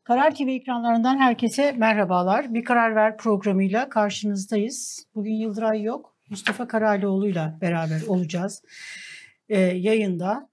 Karar TV ekranlarından herkese merhabalar. Bir Karar Ver programıyla karşınızdayız. Bugün Yıldıray yok, Mustafa Karalioğlu'yla beraber olacağız yayında.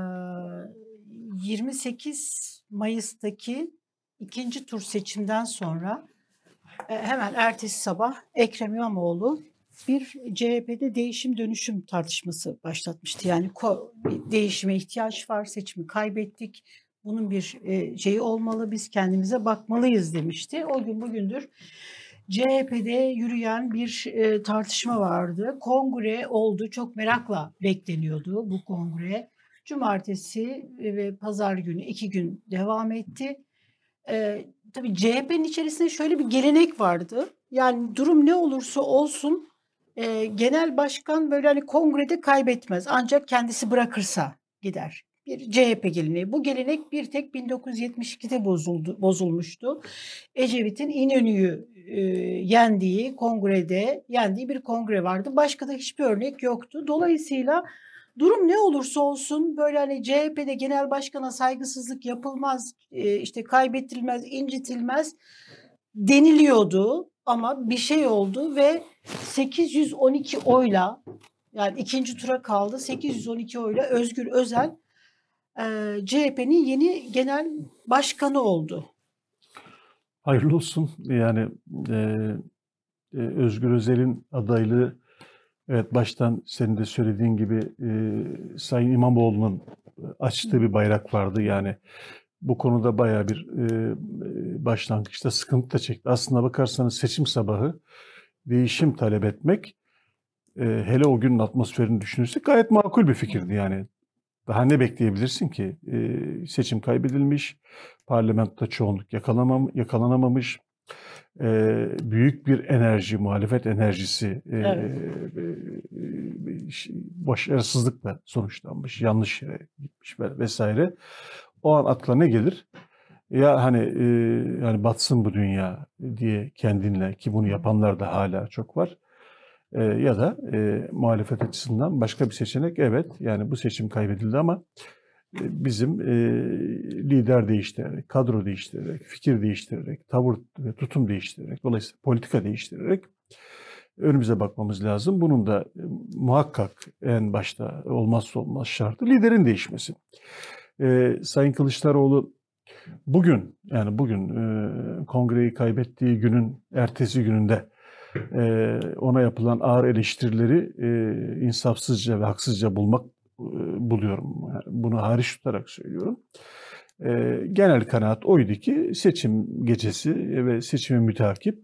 28 Mayıs'taki ikinci tur seçimden sonra hemen ertesi sabah Ekrem İmamoğlu bir CHP'de değişim dönüşüm tartışması başlatmıştı. Yani bir değişime ihtiyaç var, seçimi kaybettik. Bunun bir şeyi olmalı, biz kendimize bakmalıyız demişti. O gün bugündür CHP'de yürüyen bir tartışma vardı. Kongre oldu, çok merakla bekleniyordu bu kongre. Cumartesi ve pazar günü 2 gün devam etti. Tabii CHP'nin içerisinde şöyle bir gelenek vardı. Yani durum ne olursa olsun genel başkan böyle hani kongrede kaybetmez. Ancak kendisi bırakırsa gider. Bir CHP geleneği. Bu gelenek bir tek 1972'de bozulmuştu. Ecevit'in İnönü'yü yendiği bir kongre vardı. Başka da hiçbir örnek yoktu. Dolayısıyla durum ne olursa olsun böyle hani CHP'de genel başkana saygısızlık yapılmaz, işte kaybettirilmez, incitilmez deniliyordu. Ama bir şey oldu ve 812 oyla, yani ikinci tura kaldı, 812 oyla Özgür Özel CHP'nin yeni genel başkanı oldu. Hayırlı olsun. Yani Özgür Özel'in adaylığı, evet, baştan senin de söylediğin gibi Sayın İmamoğlu'nun açtığı bir bayrak vardı. Yani bu konuda bayağı bir başlangıçta sıkıntı da çekti. Aslına bakarsanız seçim sabahı değişim talep etmek, hele o günün atmosferini düşünürsek gayet makul bir fikirdi yani. Daha ne bekleyebilirsin ki? Seçim kaybedilmiş, parlamentoda çoğunluk yakalanamamış, büyük bir enerji, muhalefet enerjisi Evet. başarısızlıkla sonuçlanmış, yanlış yere gitmiş vesaire. O an akla ne gelir? Ya hani yani batsın bu dünya diye kendinle, ki bunu yapanlar da hala çok var. Ya da muhalefet açısından başka bir seçenek, evet, yani bu seçim kaybedildi ama bizim lider değiştirerek, kadro değiştirerek, fikir değiştirerek, tavır ve tutum değiştirerek, dolayısıyla politika değiştirerek önümüze bakmamız lazım. Bunun da muhakkak en başta olmazsa olmaz şartı liderin değişmesi. Sayın Kılıçdaroğlu bugün, yani bugün kongreyi kaybettiği günün ertesi gününde ona yapılan ağır eleştirileri insafsızca ve haksızca buluyorum. Yani bunu hariç tutarak söylüyorum. Genel kanaat oydu ki seçim gecesi ve seçime mütakip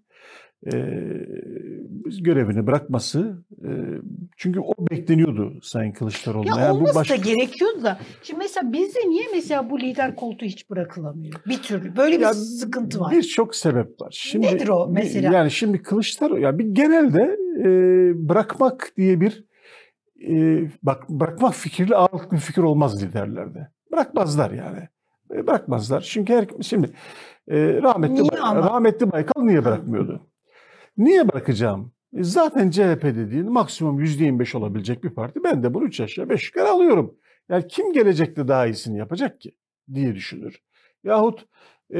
görevini bırakması, çünkü o bekleniyordu Sayın Kılıçdaroğlu'na. Ya Yani bu olması da gerekiyordu da. Şimdi mesela bizde niye mesela bu lider koltuğu hiç bırakılamıyor? Bir türlü. Böyle bir ya sıkıntı var. birçok sebep var. Şimdi Nedir o mesela? yani şimdi Kılıçdaroğlu, ya bir genelde bırakmak diye bir bırakmak fikirli ağırlıklı bir fikir olmaz liderlerde. Bırakmazlar yani. Bırakmazlar. Çünkü şimdi Niye ama? rahmetli Baykal niye bırakmıyordu? Niye bırakacağım? Zaten CHP dediğin maksimum %25 olabilecek bir parti. Ben de bunu 3 aşağı 5 yukarı alıyorum. Yani kim gelecekte daha iyisini yapacak ki diye düşünür. Yahut e,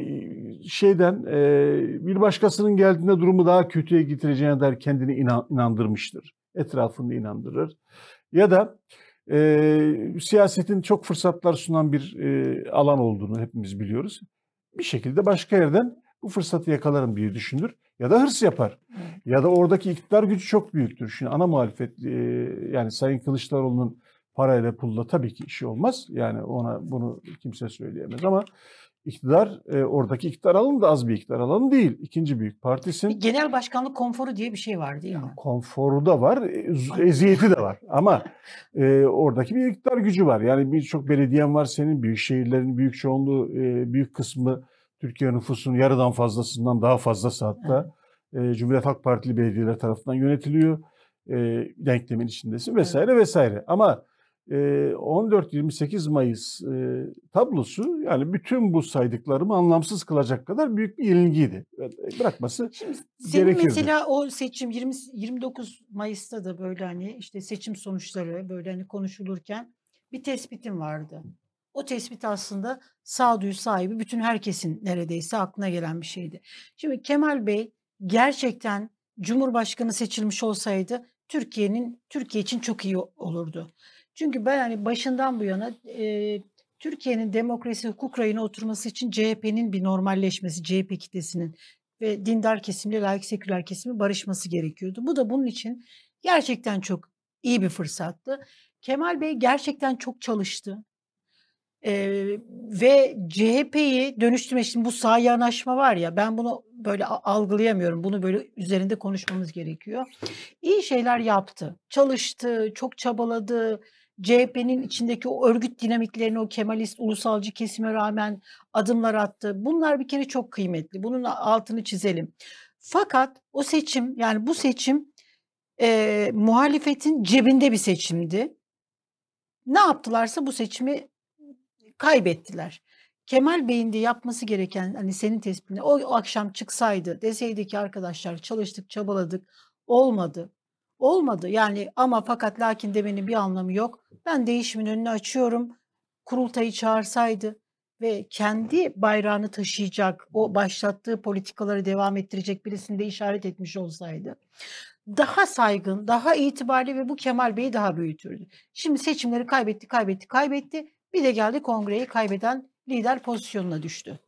bir başkasının geldiğinde durumu daha kötüye getireceğine dair kendini inandırmıştır. Etrafını inandırır. Ya da siyasetin çok fırsatlar sunan bir alan olduğunu hepimiz biliyoruz. Bir şekilde başka yerden bu fırsatı yakalarım diye düşünür. Ya da hırs yapar. Ya da oradaki iktidar gücü çok büyüktür. Şimdi ana muhalefet, yani Sayın Kılıçdaroğlu'nun parayla pulla tabii ki işi olmaz. Yani ona bunu kimse söyleyemez ama oradaki iktidar alanı da az bir iktidar alanı değil. İkinci büyük partisin. Genel başkanlık konforu diye bir şey var değil mi? Konforu da var, eziyeti de var. Ama oradaki bir iktidar gücü var. Yani birçok belediyen var senin, büyük şehirlerin büyük çoğunluğu, büyük kısmı Türkiye nüfusunun yarıdan fazlasından daha fazlası hatta Cumhuriyet Halk Partili belediyeler tarafından yönetiliyor. Denklemin içindesin vesaire vesaire. Ama 14-28 Mayıs tablosu, yani bütün bu saydıklarımı anlamsız kılacak kadar büyük bir yenilgiydi. Bırakması Senin gerekirdi. mesela o seçim 29 Mayıs'ta da böyle hani işte seçim sonuçları böyle hani konuşulurken bir tespitin vardı. O tespit aslında sağduyu sahibi bütün herkesin neredeyse aklına gelen bir şeydi. Şimdi Kemal Bey gerçekten Cumhurbaşkanı seçilmiş olsaydı Türkiye için çok iyi olurdu. Çünkü ben hani başından bu yana Türkiye'nin demokrasi hukuk rayına oturması için CHP'nin bir normalleşmesi, CHP kitlesinin ve dindar kesimle laik seküler kesimi barışması gerekiyordu. Bu da bunun için gerçekten çok iyi bir fırsattı. Kemal Bey gerçekten çok çalıştı. Ve CHP'yi dönüştürme, şimdi bu sağa yanaşma var ya, ben bunu böyle algılayamıyorum. Bunu böyle üzerinde konuşmamız gerekiyor. İyi şeyler yaptı. Çalıştı, çok çabaladı. CHP'nin içindeki o örgüt dinamiklerini o Kemalist ulusalcı kesime rağmen adımlar attı. Bunlar bir kere çok kıymetli. Bunun altını çizelim. Fakat o seçim, yani bu seçim muhalefetin cebinde bir seçimdi. Ne yaptılarsa bu seçimi kaybettiler. Kemal Bey'in de yapması gereken, hani senin tespitine, o akşam çıksaydı deseydi ki arkadaşlar çalıştık çabaladık, olmadı. Olmadı yani, ama fakat lakin demenin bir anlamı yok. Ben değişimin önünü açıyorum. Kurultayı çağırsaydı ve kendi bayrağını taşıyacak, o başlattığı politikaları devam ettirecek birisini de işaret etmiş olsaydı daha saygın, daha itibarlı ve bu Kemal Bey'i daha büyütürdü. Şimdi seçimleri kaybetti. Bir de geldi kongreyi kaybeden lider pozisyonuna düştü.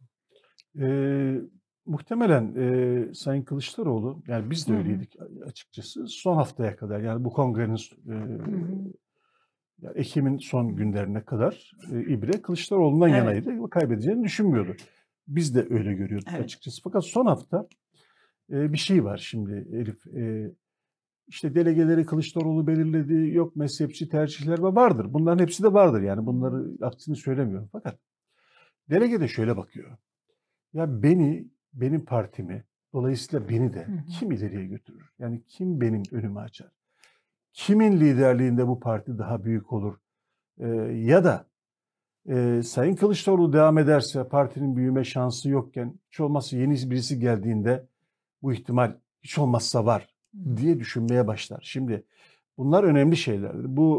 Muhtemelen Sayın Kılıçdaroğlu, yani biz de Hı hı. öyleydik açıkçası, son haftaya kadar, yani bu kongrenin Hı hı. yani Ekim'in son günlerine kadar İbre Kılıçdaroğlu'ndan Evet. yanaydı ve kaybedeceğini düşünmüyordu. Biz de öyle görüyorduk Evet. açıkçası. Fakat son hafta bir şey var şimdi Elif. İşte delegeleri Kılıçdaroğlu belirledi, yok mezhepçi tercihler vardır. Bunların hepsi de vardır, yani bunları aksini söylemiyorum. Fakat delege de şöyle bakıyor. Ya benim partimi, dolayısıyla beni de Hı hı. kim ileriye götürür? Yani kim benim önümü açar? Kimin liderliğinde bu parti daha büyük olur? Ya da Sayın Kılıçdaroğlu devam ederse partinin büyüme şansı yokken, hiç olmazsa yeni birisi geldiğinde bu ihtimal hiç olmazsa var diye düşünmeye başlar. Şimdi bunlar önemli şeyler.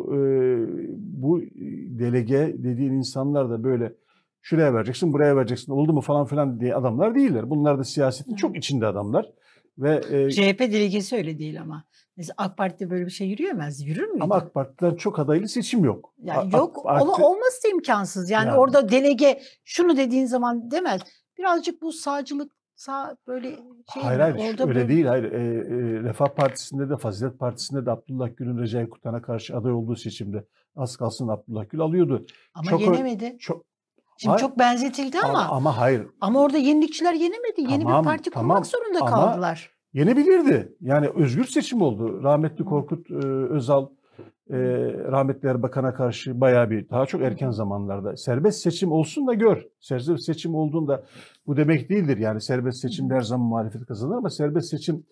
Bu delege dediğin insanlar da böyle şuraya vereceksin, buraya vereceksin, oldu mu falan filan diye adamlar değiller. Bunlar da siyasetin çok içinde adamlar. Ve CHP delegesi öyle değil ama. Mesela AK Parti'de böyle bir şey yürüyemez. Yürür müydü? ama AK Parti'den çok adaylı seçim yok. Yani AK yok, Parti olması da imkansız. Yani ya orada delege şunu dediğin zaman demez. Birazcık bu sağcılık, böyle şey hayır mi? hayır Orada öyle böyle değil. Hayır. Refah Partisi'nde de Fazilet Partisi'nde de Abdullah Gül'ün Recai Kurtan'a karşı aday olduğu seçimde az kalsın Abdullah Gül alıyordu. ama yenemedi. Çok Şimdi hayır, çok benzetildi ama ama hayır. orada yenilikçiler yenemedi. Yeni bir parti kurmak Tamam zorunda ama kaldılar. yenebilirdi. Yani özgür seçim oldu. Rahmetli Korkut Özal rahmetli Erbakan'a karşı bayağı bir daha çok erken zamanlarda serbest seçim olsun da gör. Serbest seçim olduğunda bu demek değildir. Yani serbest seçimde her zaman muhalefet kazanır ama serbest seçim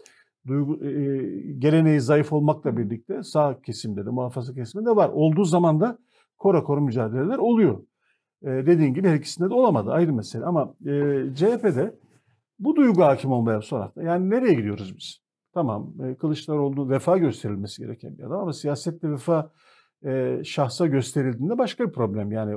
geleneği zayıf olmakla birlikte sağ kesimde de muhafaza kesiminde de var. Olduğu zaman da kora kora mücadeleler oluyor. Dediğin gibi her ikisinde de olamadı, ayrı mesele. Ama CHP'de bu duygu hakim olmaya son hafta. Yani nereye gidiyoruz biz? Tamam, Kılıçdaroğlu vefa gösterilmesi gereken bir adam ama siyasette vefa şahsa gösterildiğinde başka bir problem. Yani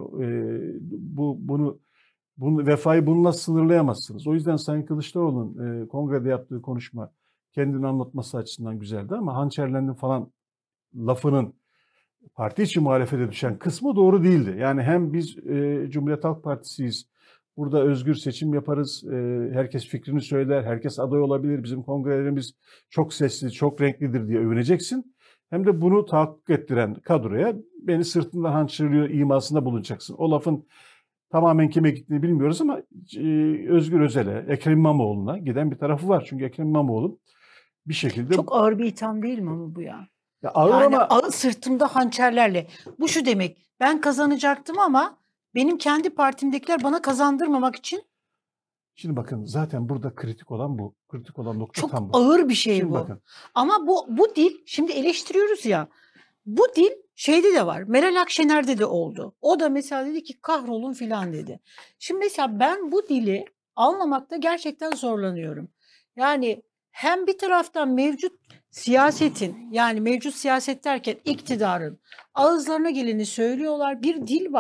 bunu vefayı bununla sınırlayamazsınız. O yüzden Sayın Kılıçdaroğlu'nun kongrede yaptığı konuşma kendini anlatması açısından güzeldi ama hançerlendim falan lafının parti içi muhalefete düşen kısmı doğru değildi. Yani hem biz Cumhuriyet Halk Partisi'yiz, burada özgür seçim yaparız, herkes fikrini söyler, herkes aday olabilir, bizim kongrelerimiz çok sesli, çok renklidir diye övüneceksin. Hem de bunu tahakkuk ettiren kadroya beni sırtından hançerliyor imasında bulunacaksın. O lafın tamamen kime gittiğini bilmiyoruz ama Özgür Özel'e, Ekrem İmamoğlu'na giden bir tarafı var. Çünkü Ekrem İmamoğlu bir şekilde Çok ağır bir itham değil mi ama bu ya? ya ağır Yani ama sırtımda hançerlerle. Bu şu demek. Ben kazanacaktım ama benim kendi partimdekiler bana kazandırmamak için şimdi bakın zaten burada kritik olan bu. Kritik olan nokta çok tam bu. ağır bir şey Şimdi bu. bakın. Ama bu dil, şimdi eleştiriyoruz ya. Bu dil şeyde de var. Meral Akşener'de de oldu. O da mesela dedi ki kahrolun filan dedi. Şimdi mesela ben bu dili anlamakta gerçekten zorlanıyorum. Yani hem bir taraftan mevcut siyasetin, yani mevcut siyaset derken iktidarın ağızlarına geleni söylüyorlar. Bir dil var.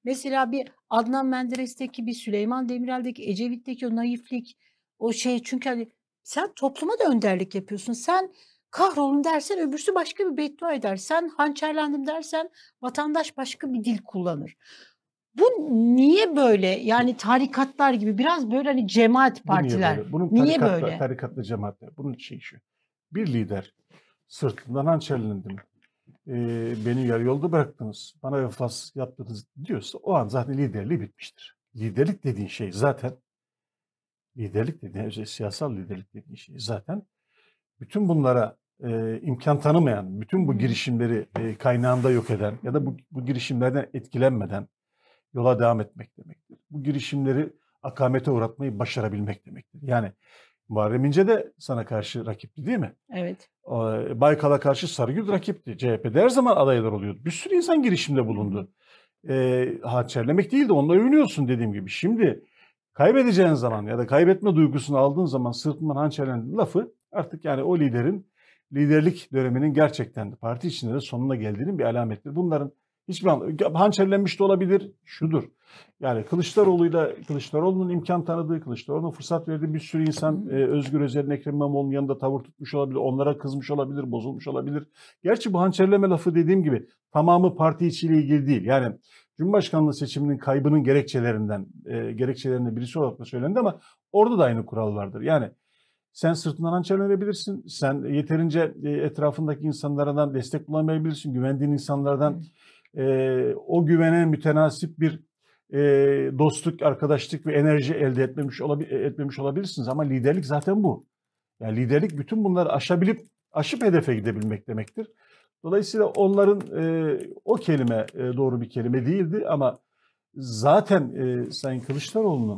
mesela bir Adnan Menderes'teki, bir Süleyman Demirel'deki, Ecevit'teki o naiflik, o şey, çünkü hani sen topluma da önderlik yapıyorsun. Sen kahrolun dersen öbürsü başka bir beddua eder. Sen hançerlendim dersen vatandaş başka bir dil kullanır. Bu niye böyle? Yani tarikatlar gibi biraz böyle hani cemaat Bu niye partiler. böyle? Bunun Niye böyle? tarikatlı cemaatler. Bunun şeyi şu. Bir lider sırtından hançerlendi mi? Beni yarı yolda bıraktınız, bana vefasızlık yaptınız diyorsa o an zaten liderliği bitmiştir. Liderlik dediğin şey zaten, liderlik dediğin, özellikle siyasal liderlik dediğin şey zaten bütün bunlara imkan tanımayan, bütün bu girişimleri kaynağında yok eden ya da bu girişimlerden etkilenmeden yola devam etmek demektir. Bu girişimleri akamete uğratmayı başarabilmek demektir. Yani Muharrem İnce de sana karşı rakipti değil mi? Evet. Baykal'a karşı Sarıgül rakipti. CHP'de her zaman adaylar oluyordu. Bir sürü insan girişimde bulundu. Hançerlemek değil de onunla övünüyorsun dediğim gibi. Şimdi kaybedeceğin zaman ya da kaybetme duygusunu aldığın zaman sırtından hançerlendiğin lafı artık yani o liderin liderlik döneminin gerçekten de parti içinde de sonuna geldiğinin bir alamettir. Bunların hiçbir hançerlenmiş de olabilir. Şudur. Yani Kılıçdaroğlu'nun imkan tanıdığı, Kılıçdaroğlu'nun fırsat verdiği bir sürü insan Özgür Özel'in, Ekrem İmamoğlu'nun yanında tavır tutmuş olabilir. Onlara kızmış olabilir, bozulmuş olabilir. Gerçi bu hançerleme lafı dediğim gibi tamamı parti içiyle ilgili değil. Yani Cumhurbaşkanlığı seçiminin kaybının gerekçelerinden birisi olarak da söylendi ama orada da aynı kural vardır. Yani sen sırtından hançerlenebilirsin. Sen yeterince etrafındaki insanlardan destek bulamayabilirsin. Güvendiğin insanlardan o güvene mütenasip bir dostluk, arkadaşlık ve enerji elde etmemiş olabilirsiniz. Ama liderlik zaten bu. Yani liderlik bütün bunları aşıp hedefe gidebilmek demektir. Dolayısıyla onların o kelime doğru bir kelime değildi ama zaten Sayın Kılıçdaroğlu'nun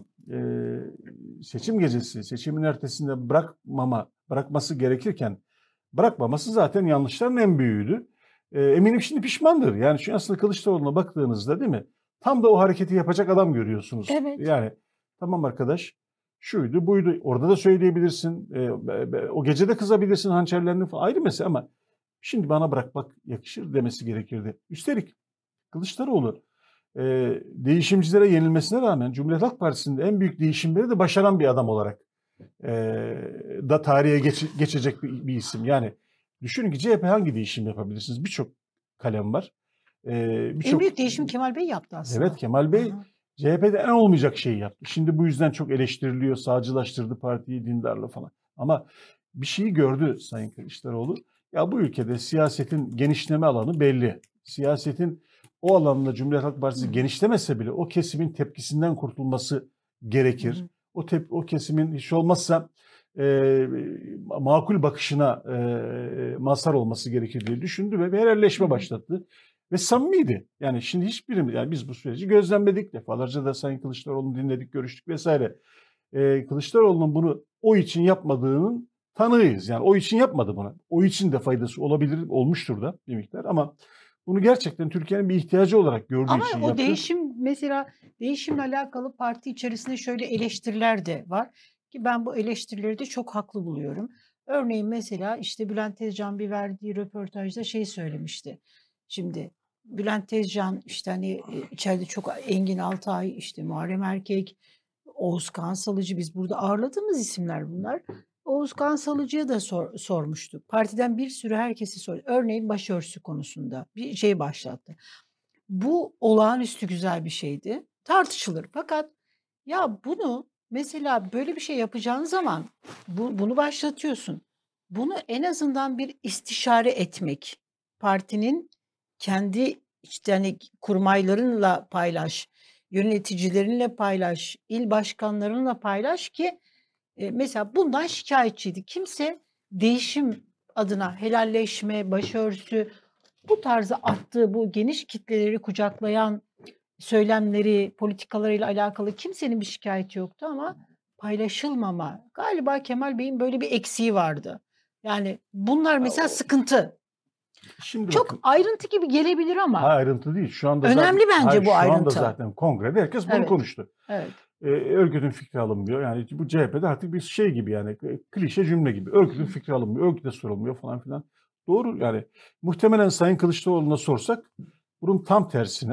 seçim gecesi, seçimin ertesinde bırakması gerekirken bırakmaması zaten yanlışların en büyüğüydü. Eminim şimdi pişmandır. Yani şu aslında Kılıçdaroğlu'na baktığınızda değil mi? Tam da o hareketi yapacak adam görüyorsunuz. Evet. Yani tamam arkadaş şuydu buydu. Orada da söyleyebilirsin. O gece de kızabilirsin hançerlerini falan. Ayrı mesele ama şimdi bana bırakmak yakışır demesi gerekirdi. Üstelik Kılıçdaroğlu değişimcilere yenilmesine rağmen Cumhuriyet Halk Partisi'nde en büyük değişimleri de başaran bir adam olarak e, da tarihe geçecek bir isim. Yani düşünün ki CHP hangi değişim yapabilirsiniz? Birçok kalem var. En büyük değişim Kemal Bey yaptı aslında. Evet, Kemal Bey CHP'de en olmayacak şeyi yaptı. Şimdi bu yüzden çok eleştiriliyor, sağcılaştırdı partiyi, dindarlı falan. Ama bir şeyi gördü Sayın Kılıçdaroğlu. Ya bu ülkede siyasetin genişleme alanı belli. Siyasetin o alanında Cumhuriyet Halk Partisi genişlemese bile o kesimin tepkisinden kurtulması gerekir. O kesimin hiç olmazsa makul bakışına mazhar olması gerekir diye düşündü ve bir helalleşme başlattı. Ve samimiydi. Yani şimdi hiçbirimiz, yani biz bu süreci gözlemledik. Defalarca da Sayın Kılıçdaroğlu'nu dinledik, görüştük vesaire. Kılıçdaroğlu'nun bunu o için yapmadığının tanığıyız. Yani o için yapmadı bunu. O için de faydası olmuştur da bir miktar ama bunu gerçekten Türkiye'nin bir ihtiyacı olarak gördüğü Ama için o yaptı. değişim, mesela değişimle alakalı parti içerisinde şöyle eleştiriler de var ki ben bu eleştirileri de çok haklı buluyorum. Örneğin mesela işte Bülent Tezcan bir verdiği röportajda şey söylemişti. Şimdi Bülent Tezcan işte hani içeride çok Engin Altay, işte Muharrem Erkek, Oğuzkan Salıcı, biz burada ağırladığımız isimler bunlar. Oğuzkan Salıcı'ya da sormuştuk. Partiden bir sürü herkesi sordu. Örneğin başörtüsü konusunda bir şey başlattı. Bu olağanüstü güzel bir şeydi. Tartışılır. Fakat ya bunu mesela böyle bir şey yapacağın zaman bunu başlatıyorsun. Bunu en azından bir istişare etmek. Partinin kendi işte hani kurmaylarınla paylaş, yöneticilerinle paylaş, il başkanlarınla paylaş ki mesela bundan şikayetçiydi. Kimse değişim adına helalleşme, başörtüsü, bu tarzı attığı bu geniş kitleleri kucaklayan söylemleri, politikalarıyla alakalı kimsenin bir şikayeti yoktu ama paylaşılmama. Galiba Kemal Bey'in böyle bir eksiği vardı. Yani bunlar mesela sıkıntı. Şimdi Çok bakın, ayrıntı gibi gelebilir ama ayrıntı değil. Şu anda önemli zaten, bence bu şu anda ayrıntı. zaten kongrede herkes bunu Evet. konuştu. Evet. Örgütün fikri alınmıyor. Yani bu CHP'de artık bir şey gibi, yani klişe cümle gibi. Örgütün fikri alınmıyor, örgüte sorulmuyor falan filan. Doğru, yani muhtemelen Sayın Kılıçdaroğlu'na sorsak bunun tam tersine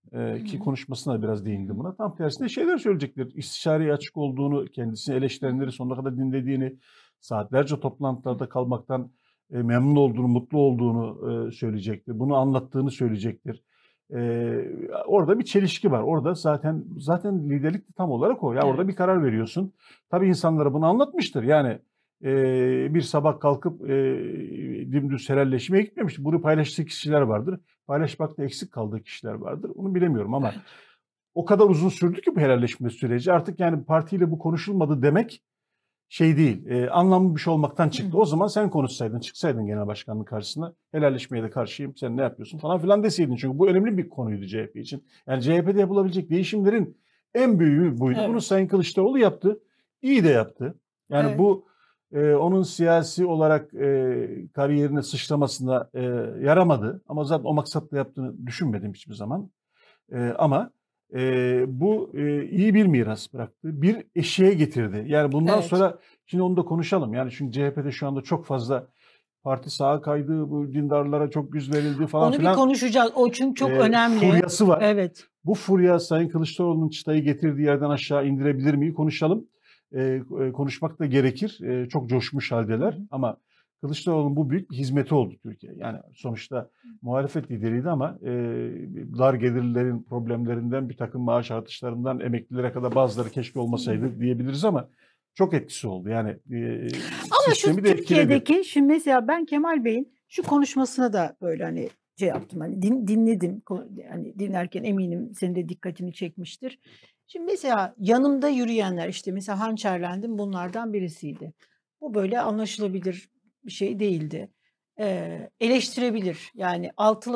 Ki konuşmasına biraz değindim buna. Tam tersine şeyler söyleyecektir. İstişareye açık olduğunu, kendisini eleştirenleri sonuna kadar dinlediğini, saatlerce toplantılarda kalmaktan memnun olduğunu, mutlu olduğunu söyleyecektir. Bunu anlattığını söyleyecektir. Orada bir çelişki var. Orada zaten liderlik de tam olarak o. Ya Evet. orada bir karar veriyorsun. Tabii insanlara bunu anlatmıştır. Yani bir sabah kalkıp dümdüz helalleşmeye gitmemiştir. Bunu paylaştığı kişiler vardır. Paylaşmakta eksik kaldığı kişiler vardır. Onu bilemiyorum ama Evet. o kadar uzun sürdü ki bu helalleşme süreci. Artık yani partiyle bu konuşulmadı demek şey değil. Anlamlı bir şey olmaktan çıktı. O zaman sen konuşsaydın, çıksaydın genel başkanlık karşısına. Helalleşmeye de karşıyım. Sen ne yapıyorsun falan filan deseydin. Çünkü bu önemli bir konuydu CHP için. Yani CHP'de yapılabilecek değişimlerin en büyüğü buydu. Bunu Evet. Sayın Kılıçdaroğlu yaptı. İyi de yaptı. Yani Evet. bu onun siyasi olarak kariyerine sıçramasına yaramadı. Ama zaten o maksatla yaptığını düşünmedim hiçbir zaman. Ama bu iyi bir miras bıraktı. Bir eşiğe getirdi. Yani bundan Evet. sonra şimdi onu da konuşalım. Yani çünkü CHP'de şu anda çok fazla parti sağa kaydı, bu dindarlara çok güç verildi falan Onu bir filan konuşacağız. O çünkü çok önemli. furyası var. Evet. Bu furya Sayın Kılıçdaroğlu'nun çıtayı getirdiği yerden aşağı indirebilir mi? Konuşalım. Konuşmak da gerekir. Çok coşmuş haldeler. Ama Kılıçdaroğlu'nun bu büyük bir hizmeti oldu Türkiye. Yani sonuçta muhalefet lideriydi ama dar gelirlerin problemlerinden bir takım maaş artışlarından emeklilere kadar bazıları keşke olmasaydı diyebiliriz ama çok etkisi oldu. Yani Ama şu sistemi de etkiledi. Türkiye'deki şimdi mesela ben Kemal Bey'in şu konuşmasına da böyle hani şey yaptım hani dinledim. Hani dinlerken eminim senin de dikkatini çekmiştir. Şimdi mesela yanımda yürüyenler işte mesela hançerlendim bunlardan birisiydi. Bu böyle anlaşılabilir bir şey değildi. Eleştirebilir. Yani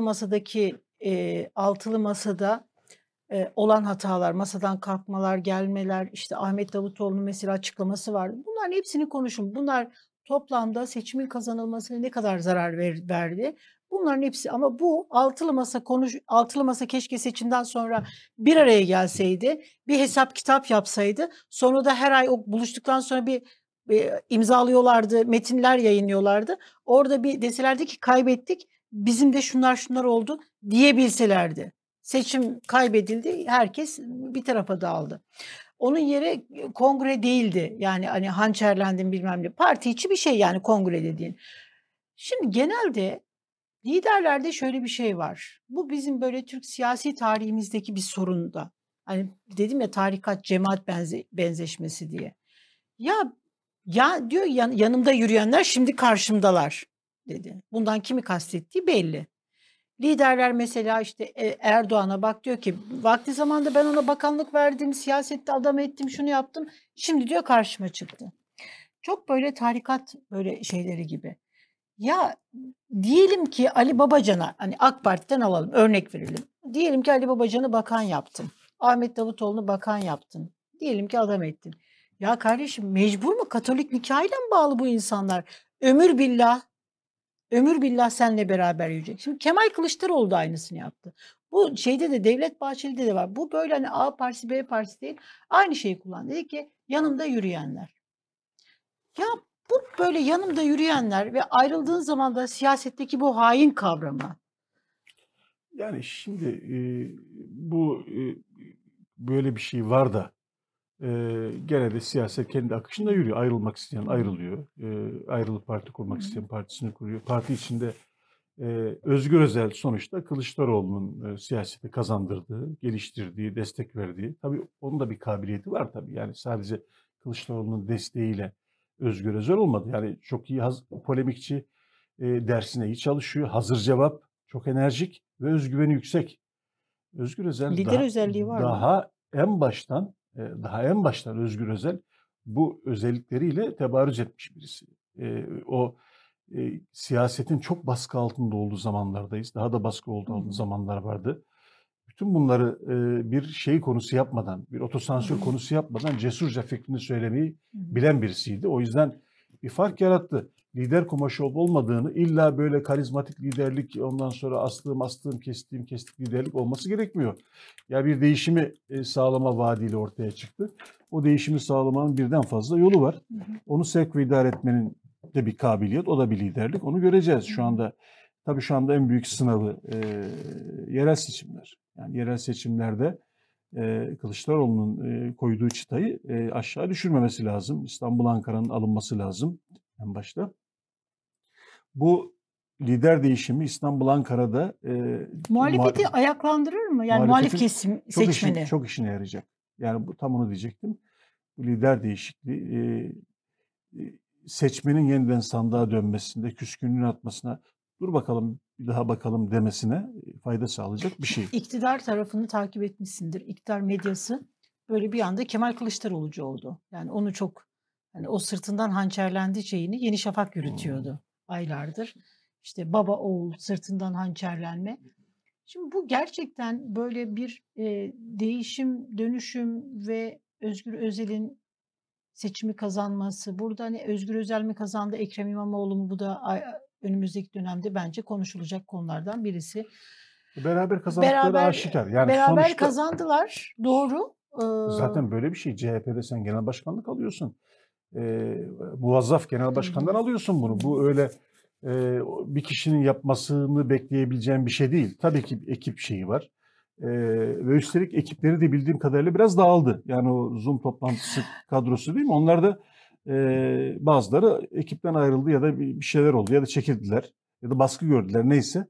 altılı masada olan hatalar, masadan kalkmalar, gelmeler, işte Ahmet Davutoğlu'nun mesela açıklaması vardı. Bunların hepsini konuşun. Bunlar toplamda seçimin kazanılmasına ne kadar zarar verdi? Bunların hepsi ama bu altılı masa keşke seçimden sonra bir araya gelseydi, bir hesap kitap yapsaydı. Sonra da her ay o buluştuktan sonra bir imzalıyorlardı, metinler yayınlıyorlardı. Orada bir deselerdi ki kaybettik, bizim de şunlar oldu diyebilselerdi. Seçim kaybedildi, herkes bir tarafa dağıldı. Onun yeri kongre değildi. Yani hani hançerlendim bilmem ne. Parti içi bir şey yani kongre dediğin. Şimdi genelde liderlerde şöyle bir şey var. Bu bizim böyle Türk siyasi tarihimizdeki bir sorun da. Hani dedim ya tarikat cemaat benzeşmesi diye. Ya diyor yanımda yürüyenler şimdi karşımdalar dedi. Bundan kimi kastettiği belli. Liderler mesela işte Erdoğan'a bak diyor ki vakti zamanında ben ona bakanlık verdim, siyasette adam ettim, şunu yaptım. Şimdi diyor karşıma çıktı. Çok böyle tarikat böyle şeyleri gibi. Ya diyelim ki Ali Babacan'a hani AK Parti'den alalım örnek verelim. Diyelim ki Ali Babacan'ı bakan yaptın. Ahmet Davutoğlu'nu bakan yaptın. Diyelim ki adam ettin. Ya kardeşim mecbur mu Katolik nikahıyla mı bağlı bu insanlar? Ömür billah Ömür billah seninle beraber yürüyecek. Şimdi Kemal Kılıçdaroğlu da aynısını yaptı. Bu şeyde de Devlet Bahçeli'de de var. Bu böyle hani A partisi B partisi değil. Aynı şeyi kullandı. Dedi ki yanımda yürüyenler. Ya bu böyle yanımda yürüyenler ve ayrıldığın zaman da siyasetteki bu hain kavramı. Yani şimdi bu böyle bir şey var da gene de siyaset kendi akışında yürüyor. Ayrılmak isteyen ayrılıyor. Ayrılıp parti kurmak isteyen partisini kuruyor. Parti içinde Özgür Özel sonuçta Kılıçdaroğlu'nun siyaseti kazandırdığı, geliştirdiği, destek verdiği. Tabii onun da bir kabiliyeti var tabii. Yani sadece Kılıçdaroğlu'nun desteğiyle Özgür Özel olmadı. Yani çok iyi polemikçi, dersine iyi çalışıyor. Hazır cevap, çok enerjik ve özgüveni yüksek. Özgür Özel Lider daha özelliği var mı? daha en baştan Özgür Özel bu özellikleriyle tebarüz etmiş birisi. O siyasetin çok baskı altında olduğu zamanlardayız. Daha da baskı olduğu zamanlar vardı. Bütün bunları bir şey konusu yapmadan, bir otosansür konusu yapmadan cesurca fikrini söylemeyi bilen birisiydi. O yüzden bir fark yarattı. Lider kumaşı olup olmadığını illa böyle karizmatik liderlik ondan sonra astığım kestiğim liderlik olması gerekmiyor. Ya bir değişimi sağlama vaadiyle ortaya çıktı. O değişimi sağlamanın birden fazla yolu var. Onu sevk ve idare etmenin de bir kabiliyet, o da bir liderlik. Onu göreceğiz şu anda. Tabii şu anda en büyük sınavı yerel seçimler. Yani yerel seçimlerde Kılıçdaroğlu'nun koyduğu çıtayı aşağı düşürmemesi lazım. İstanbul, Ankara'nın alınması lazım en başta. Bu lider değişimi İstanbul, Ankara'da Muhalefeti ayaklandırır mı? Yani muhalif muhalefetin kesim seçmeni. çok işine yarayacak. Yani bu tam onu diyecektim. Bu lider değişikliği seçmenin yeniden sandığa dönmesinde, küskünlüğün atmasına, dur bakalım bir daha bakalım demesine fayda sağlayacak bir şey. İktidar tarafını takip etmişsindir. İktidar medyası böyle bir anda Kemal Kılıçdaroğlu'cu oldu. Yani onu çok, hani o sırtından hançerlendi şeyini Yeni Şafak yürütüyordu aylardır. İşte baba oğul sırtından hançerlenme. Şimdi bu gerçekten böyle bir değişim, dönüşüm ve Özgür Özel'in seçimi kazanması. Burada hani Özgür Özel mi kazandı, Ekrem İmamoğlu mu? Bu da önümüzdeki dönemde bence konuşulacak konulardan birisi. Beraber kazandıkları aşikar. Yani Beraber sonuçta kazandılar. Doğru. zaten böyle bir şey. CHP'de sen genel başkanlık alıyorsun. Muvazzaf genel başkandan alıyorsun bunu. Bu öyle bir kişinin yapmasını bekleyebileceğin bir şey değil. Tabii ki bir ekip şeyi var. Ve üstelik ekipleri de bildiğim kadarıyla biraz dağıldı. Yani o Zoom toplantısı kadrosu değil mi? Onlar da bazıları ekipten ayrıldı ya da bir şeyler oldu ya da çekildiler ya da baskı gördüler neyse.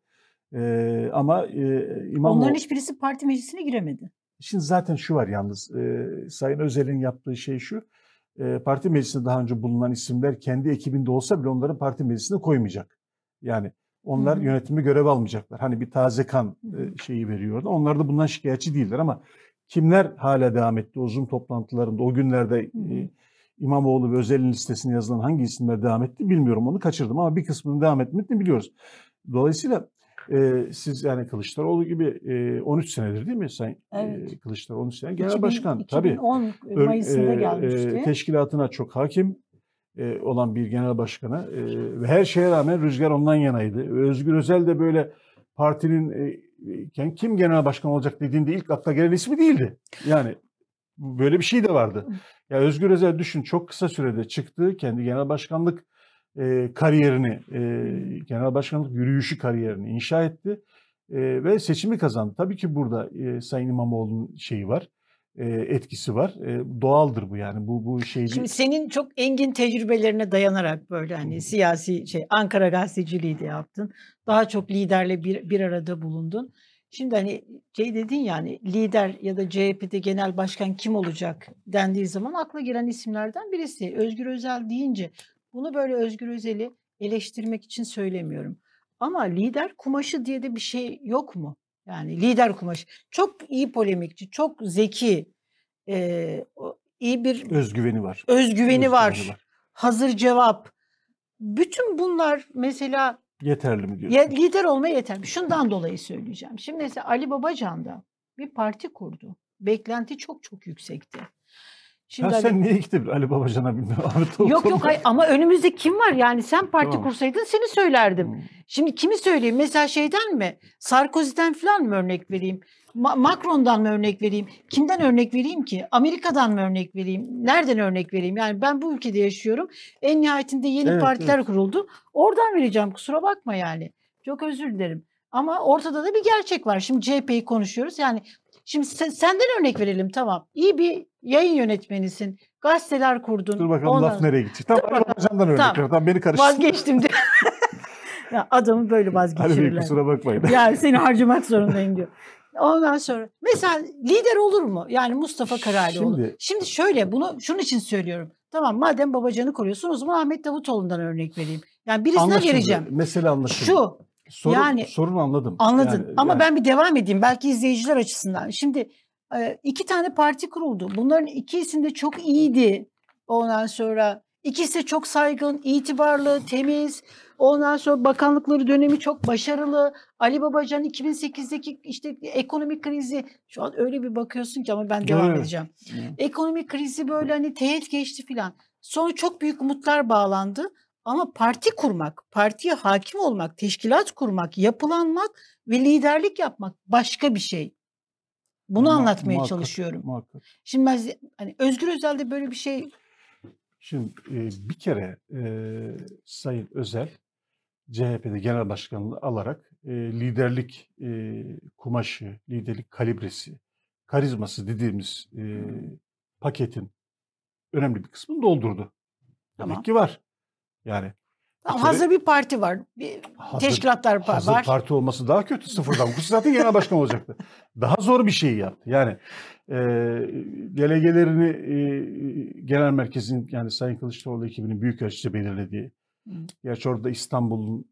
Ama onların hiçbirisi parti meclisine giremedi. Şimdi zaten şu var yalnız, Sayın Özel'in yaptığı şey şu, parti meclisinde daha önce bulunan isimler kendi ekibinde olsa bile onların parti meclisine koymayacak. Yani onlar yönetimi görev almayacaklar. Hani bir taze kan şeyi veriyordu. Onlar da bundan şikayetçi değiller ama kimler hala devam etti o Zoom toplantılarında o günlerde İmamoğlu ve Özel'in listesine yazılan hangi isimler devam etti bilmiyorum. Onu kaçırdım ama bir kısmının devam etmediğini biliyoruz. Dolayısıyla siz yani Kılıçdaroğlu gibi 13 senedir değil mi Sayın Kılıçdaroğlu 13 sene genel başkan. 2010 Mayıs'ında gelmişti. Teşkilatına çok hakim olan bir genel başkanı ve her şeye rağmen rüzgar ondan yanaydı. Özgür Özel de böyle partinin kim genel başkan olacak dediğinde ilk akla gelen ismi değildi. Yani böyle bir şey de vardı. Ya Özgür Özel düşün çok kısa sürede çıktı kendi genel başkanlık kariyerini, genel başkanlık yürüyüşü kariyerini inşa etti ve seçimi kazandı. Tabii ki burada Sayın İmamoğlu'nun şeyi var, etkisi var. Doğaldır bu yani. Bu şey değil. Şimdi senin çok engin tecrübelerine dayanarak böyle hani siyasi Ankara gazeteciliği de yaptın. Daha çok liderle bir arada bulundun. Şimdi hani dedin yani lider ya da CHP'de genel başkan kim olacak dendiği zaman akla gelen isimlerden birisi. Özgür Özel deyince bunu böyle Özgür Özel'i eleştirmek için söylemiyorum. Ama lider kumaşı diye de bir şey yok mu? Yani lider kumaşı. Çok iyi polemikçi, çok zeki, iyi bir Özgüveni var. özgüveni var. Hazır cevap. Bütün bunlar mesela yeterli mi diyorsun? lider olmaya yeter mi? Şundan dolayı söyleyeceğim. Şimdi mesela Ali Babacan da bir parti kurdu. Beklenti çok çok yüksekti. Şimdi sen niye gittin Ali Babacan'a bilmiyorum. Yok hayır, ama önümüzde kim var? Yani sen parti kursaydın seni söylerdim. Şimdi kimi söyleyeyim? Mesela şeyden mi? Sarkozy'den falan mı örnek vereyim? Macron'dan mı örnek vereyim? Kimden örnek vereyim ki? Amerika'dan mı örnek vereyim? Nereden örnek vereyim? Yani ben bu ülkede yaşıyorum. En nihayetinde yeni partiler kuruldu. Oradan vereceğim, kusura bakma yani. Çok özür dilerim. Ama ortada da bir gerçek var. Şimdi CHP'yi konuşuyoruz. Yani şimdi senden örnek verelim, tamam. İyi bir yayın yönetmenisin. Gazeteler kurdun. Dur bakalım laf nereye gidecek. Tamam Ali Babacan'dan örnek ver. Tamam beni karıştırdın. Vazgeçtim diyor. Ya adamı böyle vazgeçirirler. Ali Bey kusura bakmayın. Yani seni harcamak zorundayım diyor. Ondan sonra mesela lider olur mu? Yani Mustafa Karalioğlu. Şimdi şöyle, şunun için söylüyorum. Tamam, madem Babacan'ı koruyorsun o zaman Ahmet Davutoğlu'ndan örnek vereyim. Yani birisine vereceğim. Mesele anlaşıldı. Sorun anladım. Anladın. Ama ben bir devam edeyim. Belki izleyiciler açısından. Şimdi 2 tane parti kuruldu. Bunların ikisi de çok iyiydi. Ondan sonra ikisi de çok saygın, itibarlı, temiz. Ondan sonra bakanlıkları dönemi çok başarılı. Ali Babacan 2008'deki işte ekonomik krizi, şu an öyle bir bakıyorsun ki, ama ben devam edeceğim. Ekonomik krizi böyle hani teğet geçti filan. Sonra çok büyük umutlar bağlandı. Ama parti kurmak, partiye hakim olmak, teşkilat kurmak, yapılanmak ve liderlik yapmak başka bir şey. Bunu anlatmaya çalışıyorum. Muhakkak. Şimdi ben hani Özgür Özel'de böyle bir şey. Şimdi bir kere Sayın Özel CHP'de genel başkanlığı alarak liderlik kumaşı, liderlik kalibresi, karizması dediğimiz paketin önemli bir kısmını doldurdu. Tamam. Demek ki var. Yani Tamam, kere hazır bir parti var. Teşkilatlar hazır var. parti olması daha kötü, sıfırdan. Bu zaten genel başkan olacaktı. Daha zor bir şey yaptı. Yani delegelerini genel merkezin, yani Sayın Kılıçdaroğlu ekibinin büyükelçisi belirlediği. Gerçi orada İstanbul'un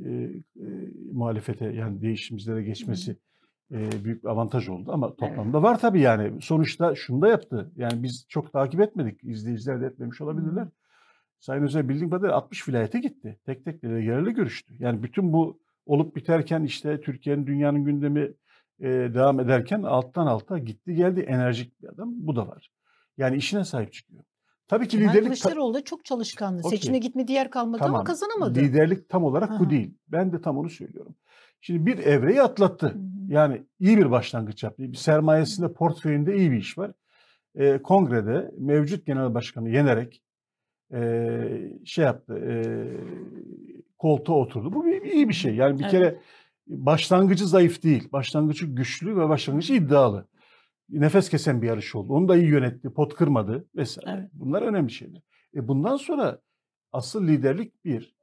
muhalefete, yani değişimcilere geçmesi büyük bir avantaj oldu. Ama toplamda var tabii yani. Sonuçta şunu da yaptı. Yani biz çok takip etmedik. İzleyiciler de etmemiş olabilirler. Sayın Özel bildiğim kadarıyla 60 vilayete gitti. Tek tek delegelerle görüştü. Yani bütün bu olup biterken, işte Türkiye'nin, dünyanın gündemi devam ederken alttan alta gitti geldi. Enerjik bir adam. Bu da var. Yani işine sahip çıkıyor. Tabii ki Kemal liderlik... Kılıçdaroğlu da çok çalışkandı. Okey. Seçime gitmediği yer kalmadı ama Tamam. kazanamadı. Liderlik tam olarak bu Aha. değil. Ben de tam onu söylüyorum. Şimdi bir evreyi atlattı. Yani iyi bir başlangıç yaptı. Bir sermayesinde, portföyünde iyi bir iş var. Kongrede mevcut genel başkanı yenerek şey yaptı. Koltuğa oturdu. Bu iyi bir şey. Yani bir kere başlangıcı zayıf değil. Başlangıcı güçlü ve başlangıcı iddialı. Nefes kesen bir yarış oldu. Onu da iyi yönetti, pot kırmadı vesaire. Evet. Bunlar önemli şeyler. Bundan sonra asıl liderlik bir.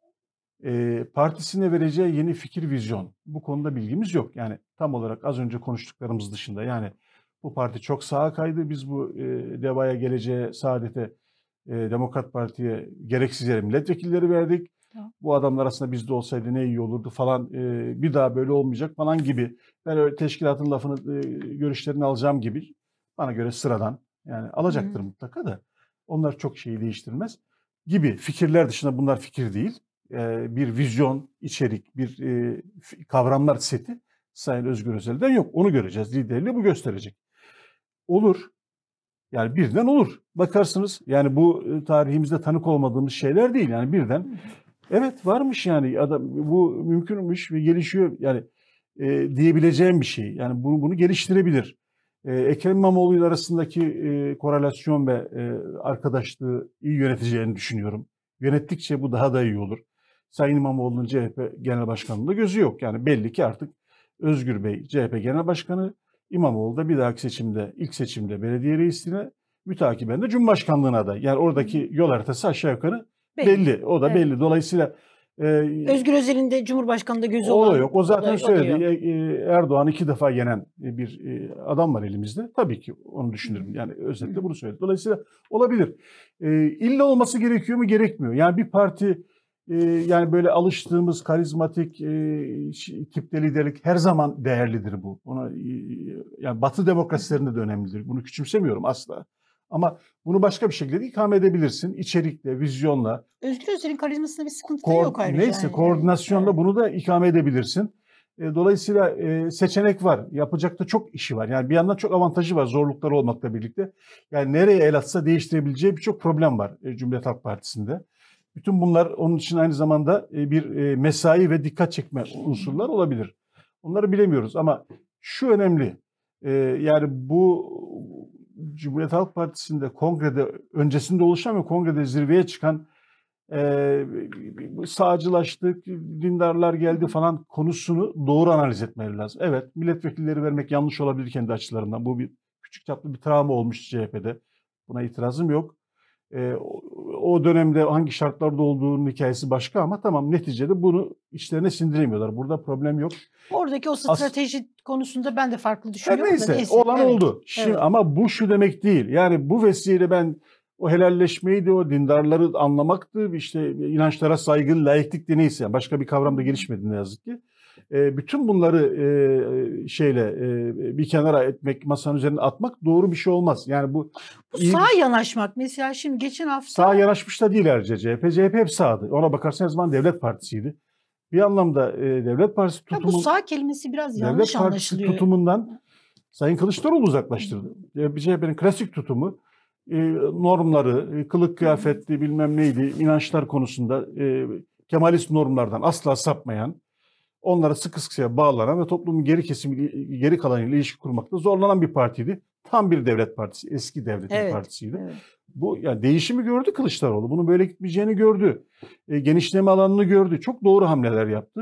Partisine vereceği yeni fikir, vizyon. Bu konuda bilgimiz yok. Yani tam olarak az önce konuştuklarımız dışında. Yani bu parti çok sağa kaydı. Biz bu DEVA'ya, geleceğe, Saadet'e, Demokrat Parti'ye gereksiz yere milletvekilleri verdik. Tamam. Bu adamlar aslında bizde olsaydı ne iyi olurdu falan. Bir daha böyle olmayacak falan gibi. Ben öyle teşkilatın lafını, görüşlerini alacağım gibi. Bana göre sıradan. Yani alacaktır mutlaka da. Onlar çok şeyi değiştirmez gibi fikirler dışında, bunlar fikir değil. Bir vizyon, içerik, bir kavramlar seti Sayın Özgür Özel'den yok. Onu göreceğiz. Liderliği bu gösterecek. Olur. Yani birden olur. Bakarsınız, yani bu tarihimizde tanık olmadığımız şeyler değil. Yani birden evet varmış, yani adam, bu mümkünmüş ve gelişiyor. Yani diyebileceğim bir şey. Yani bunu geliştirebilir. Ekrem İmamoğlu ile arasındaki korelasyon ve arkadaşlığı iyi yöneteceğini düşünüyorum. Yönettikçe bu daha da iyi olur. Sayın İmamoğlu'nun CHP Genel Başkanı'nda gözü yok. Yani belli ki artık Özgür Bey CHP Genel Başkanı, İmamoğlu da bir dahaki seçimde, ilk seçimde belediye reisliğine, mütakiben de Cumhurbaşkanlığına da. Yani oradaki yol haritası aşağı yukarı belli. O da belli. Dolayısıyla Özgür Özel'in de Cumhurbaşkanı'nda gözü o olan... da yok. O zaten söyledi. Yok. Erdoğan 2 defa yenen bir adam var elimizde. Tabii ki onu düşünürüm. Yani özellikle bunu söyledi. Dolayısıyla olabilir. İlla olması gerekiyor mu? Gerekmiyor. Yani bir parti, yani böyle alıştığımız karizmatik tipte liderlik her zaman değerlidir bu. Yani Batı demokrasilerinde de önemlidir. Bunu küçümsemiyorum asla. Ama bunu başka bir şekilde ikame edebilirsin. İçerikle, vizyonla. Özgür Özel'in karizmasında bir sıkıntı da yok ayrıca. Neyse, koordinasyonla bunu da ikame edebilirsin. Dolayısıyla seçenek var. Yapacak da çok işi var. Yani bir yandan çok avantajı var, zorlukları olmakla birlikte. Yani nereye el atsa değiştirebileceği birçok problem var Cumhuriyet Halk Partisi'nde. Bütün bunlar onun için aynı zamanda bir mesai ve dikkat çekme unsurlar olabilir. Onları bilemiyoruz ama şu önemli. Yani bu Cumhuriyet Halk Partisi'nde kongrede, öncesinde oluşan ve kongrede zirveye çıkan sağcılaştık, dindarlar geldi falan konusunu doğru analiz etmeleri lazım. Evet, milletvekilleri vermek yanlış olabilir kendi açılarından. Bu bir küçük çaplı bir travma olmuş CHP'de. Buna itirazım yok. O dönemde hangi şartlarda olduğunun hikayesi başka ama tamam, neticede bunu içlerine sindiremiyorlar. Burada problem yok. Oradaki o strateji konusunda ben de farklı düşünüyorum. Her neyse, olan oldu. Şimdi, ama bu şu demek değil. Yani bu vesileyle ben o helalleşmeydi, o dindarları anlamaktı, işte inançlara saygı, laiklik de neyse. Başka bir kavram da gelişmedi ne yazık ki. Bütün bunları bir kenara etmek, masanın üzerine atmak doğru bir şey olmaz. Yani bu sağa yanaşmak mesela, şimdi geçen hafta... Sağa yanaşmış da değil ayrıca CHP. CHP hep sağdı. Ona bakarsan her zaman devlet partisiydi. Bir anlamda devlet partisi tutumu... Bu sağ kelimesi biraz yanlış anlaşılıyor. Devlet partisi tutumundan Sayın Kılıçdaroğlu uzaklaştırdı. CHP'nin klasik tutumu, normları, kılık kıyafetli bilmem neydi, inançlar konusunda Kemalist normlardan asla sapmayan, onlara sıkı sıkıya bağlanan ve toplumun geri kalanıyla ilişki kurmakta zorlanan bir partiydi. Tam bir devlet partisi, eski devletin partisiydi. Evet. Bu, yani değişimi gördü Kılıçdaroğlu. Bunun böyle gitmeyeceğini gördü. Genişleme alanını gördü. Çok doğru hamleler yaptı.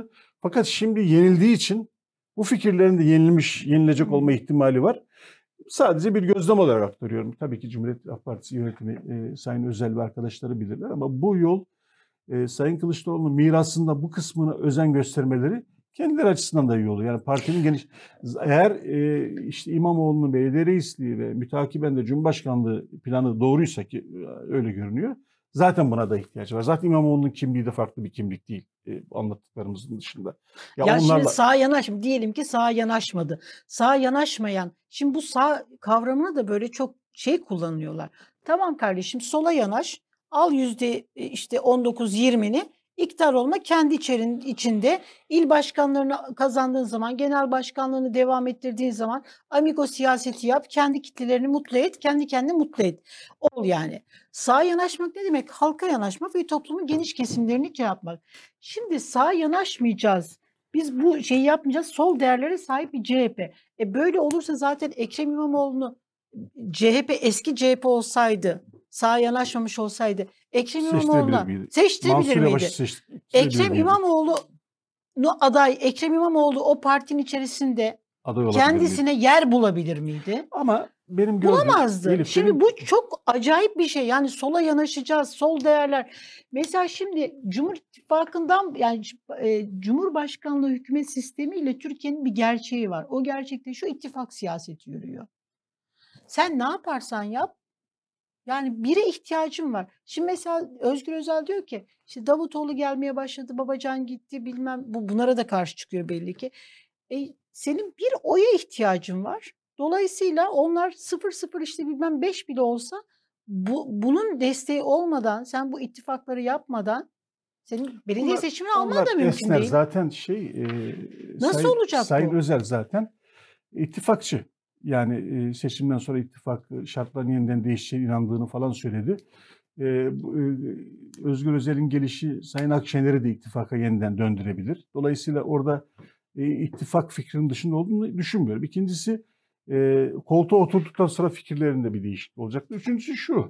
Fakat şimdi yenildiği için bu fikirlerin de yenilecek olma ihtimali var. Sadece bir gözlem olarak aktarıyorum. Tabii ki Cumhuriyet Halk Partisi yönetimi, Sayın Özel ve arkadaşları bilirler ama bu yol Sayın Kılıçdaroğlu'nun mirasında bu kısmına özen göstermeleri kendileri açısından da iyi olur. Yani partinin geniş, eğer işte İmamoğlu'nun belediye reisliği ve mütakiben de Cumhurbaşkanlığı planı doğruysa ki öyle görünüyor. Zaten buna da ihtiyacı var. Zaten İmamoğlu'nun kimliği de farklı bir kimlik değil anlattıklarımızın dışında. Ya şimdi sağa yanaşmadı. Diyelim ki sağa yanaşmadı. Sağa yanaşmayan, şimdi bu sağ kavramını da böyle çok kullanıyorlar. Tamam kardeşim, sola yanaş. Al işte 19-20'ni, iktidar olma, kendi içinde il başkanlarını kazandığın zaman, genel başkanlığını devam ettirdiğin zaman amigo siyaseti yap, kendi kitlelerini mutlu et, kendi kendini mutlu et. Ol yani. Sağa yanaşmak ne demek? Halka yanaşmak ve toplumun geniş kesimlerini yapmak. Şimdi sağa yanaşmayacağız. Biz bu şeyi yapmayacağız. Sol değerlere sahip bir CHP. Böyle olursa zaten Ekrem İmamoğlu'nu CHP, eski CHP olsaydı, sağa yanaşmamış olsaydı Ekrem İmamoğlu'na seçtirebilir miydi? Ekrem İmamoğlu'nu aday, Ekrem İmamoğlu o partinin içerisinde kendisine yer bulabilir miydi? Ama benim gördüğüm... Bulamazdı. Elif, şimdi bu çok acayip bir şey. Yani sola yanaşacağız, sol değerler. Mesela şimdi Cumhur İttifakı'ndan, yani Cumhurbaşkanlığı hükümet sistemiyle Türkiye'nin bir gerçeği var. O gerçekte şu: ittifak siyaseti yürüyor. Sen ne yaparsan yap, yani bire ihtiyacın var. Şimdi mesela Özgür Özel diyor ki işte Davutoğlu gelmeye başladı, Babacan gitti, bilmem, bunlara da karşı çıkıyor belli ki. Senin bir oya ihtiyacın var. Dolayısıyla onlar 0-0 işte bilmem 5 bile olsa bunun desteği olmadan, sen bu ittifakları yapmadan senin belediye seçimini alman da mümkün değil. Zaten nasıl olacak Sayın bu? Özel zaten ittifakçı. Yani seçimden sonra ittifak şartlarının yeniden değişeceğine inandığını falan söyledi. Özgür Özel'in gelişi Sayın Akşener'i de ittifaka yeniden döndürebilir. Dolayısıyla orada ittifak fikrinin dışında olduğunu düşünmüyorum. İkincisi, koltuğa oturduktan sonra fikirlerinde bir değişiklik olacaktır. Üçüncüsü şu.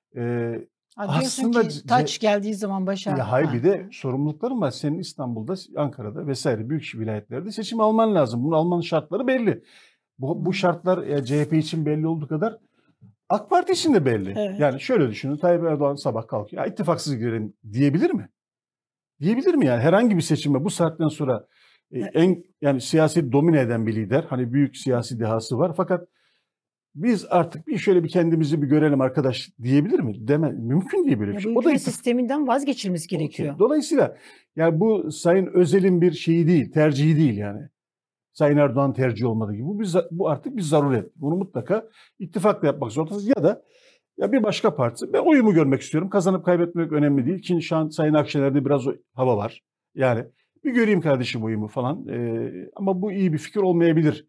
Aslında ki, taç geldiği zaman başa. Hayır, bir de sorumlulukların var. Senin İstanbul'da, Ankara'da vesaire büyük vilayetlerde seçim alman lazım. Bunu almanın şartları belli. Bu şartlar CHP için belli olduğu kadar AK Parti için de belli. Evet. Yani şöyle düşünün. Tayyip Erdoğan sabah kalkıyor. İttifaksız girelim diyebilir mi? Diyebilir mi yani? Herhangi bir seçime bu saatten sonra yani siyasi domine eden bir lider. Hani büyük siyasi dehası var. Fakat biz artık şöyle kendimizi bir görelim arkadaş diyebilir mi? Mümkün değil böyle bir şey. Bu hükümet sisteminden vazgeçilmesi gerekiyor. Dolayısıyla yani bu Sayın Özel'in bir şeyi değil, tercihi değil yani. Sayın Erdoğan tercih olmadığı gibi. Bu artık bir zaruret. Bunu mutlaka ittifakla yapmak zorundasınız. Ya bir başka parti. Ben oyumu görmek istiyorum. Kazanıp kaybetmek önemli değil. Çünkü şu an Sayın Akşener'de biraz o hava var. Yani bir göreyim kardeşim oyumu falan. Ama bu iyi bir fikir olmayabilir.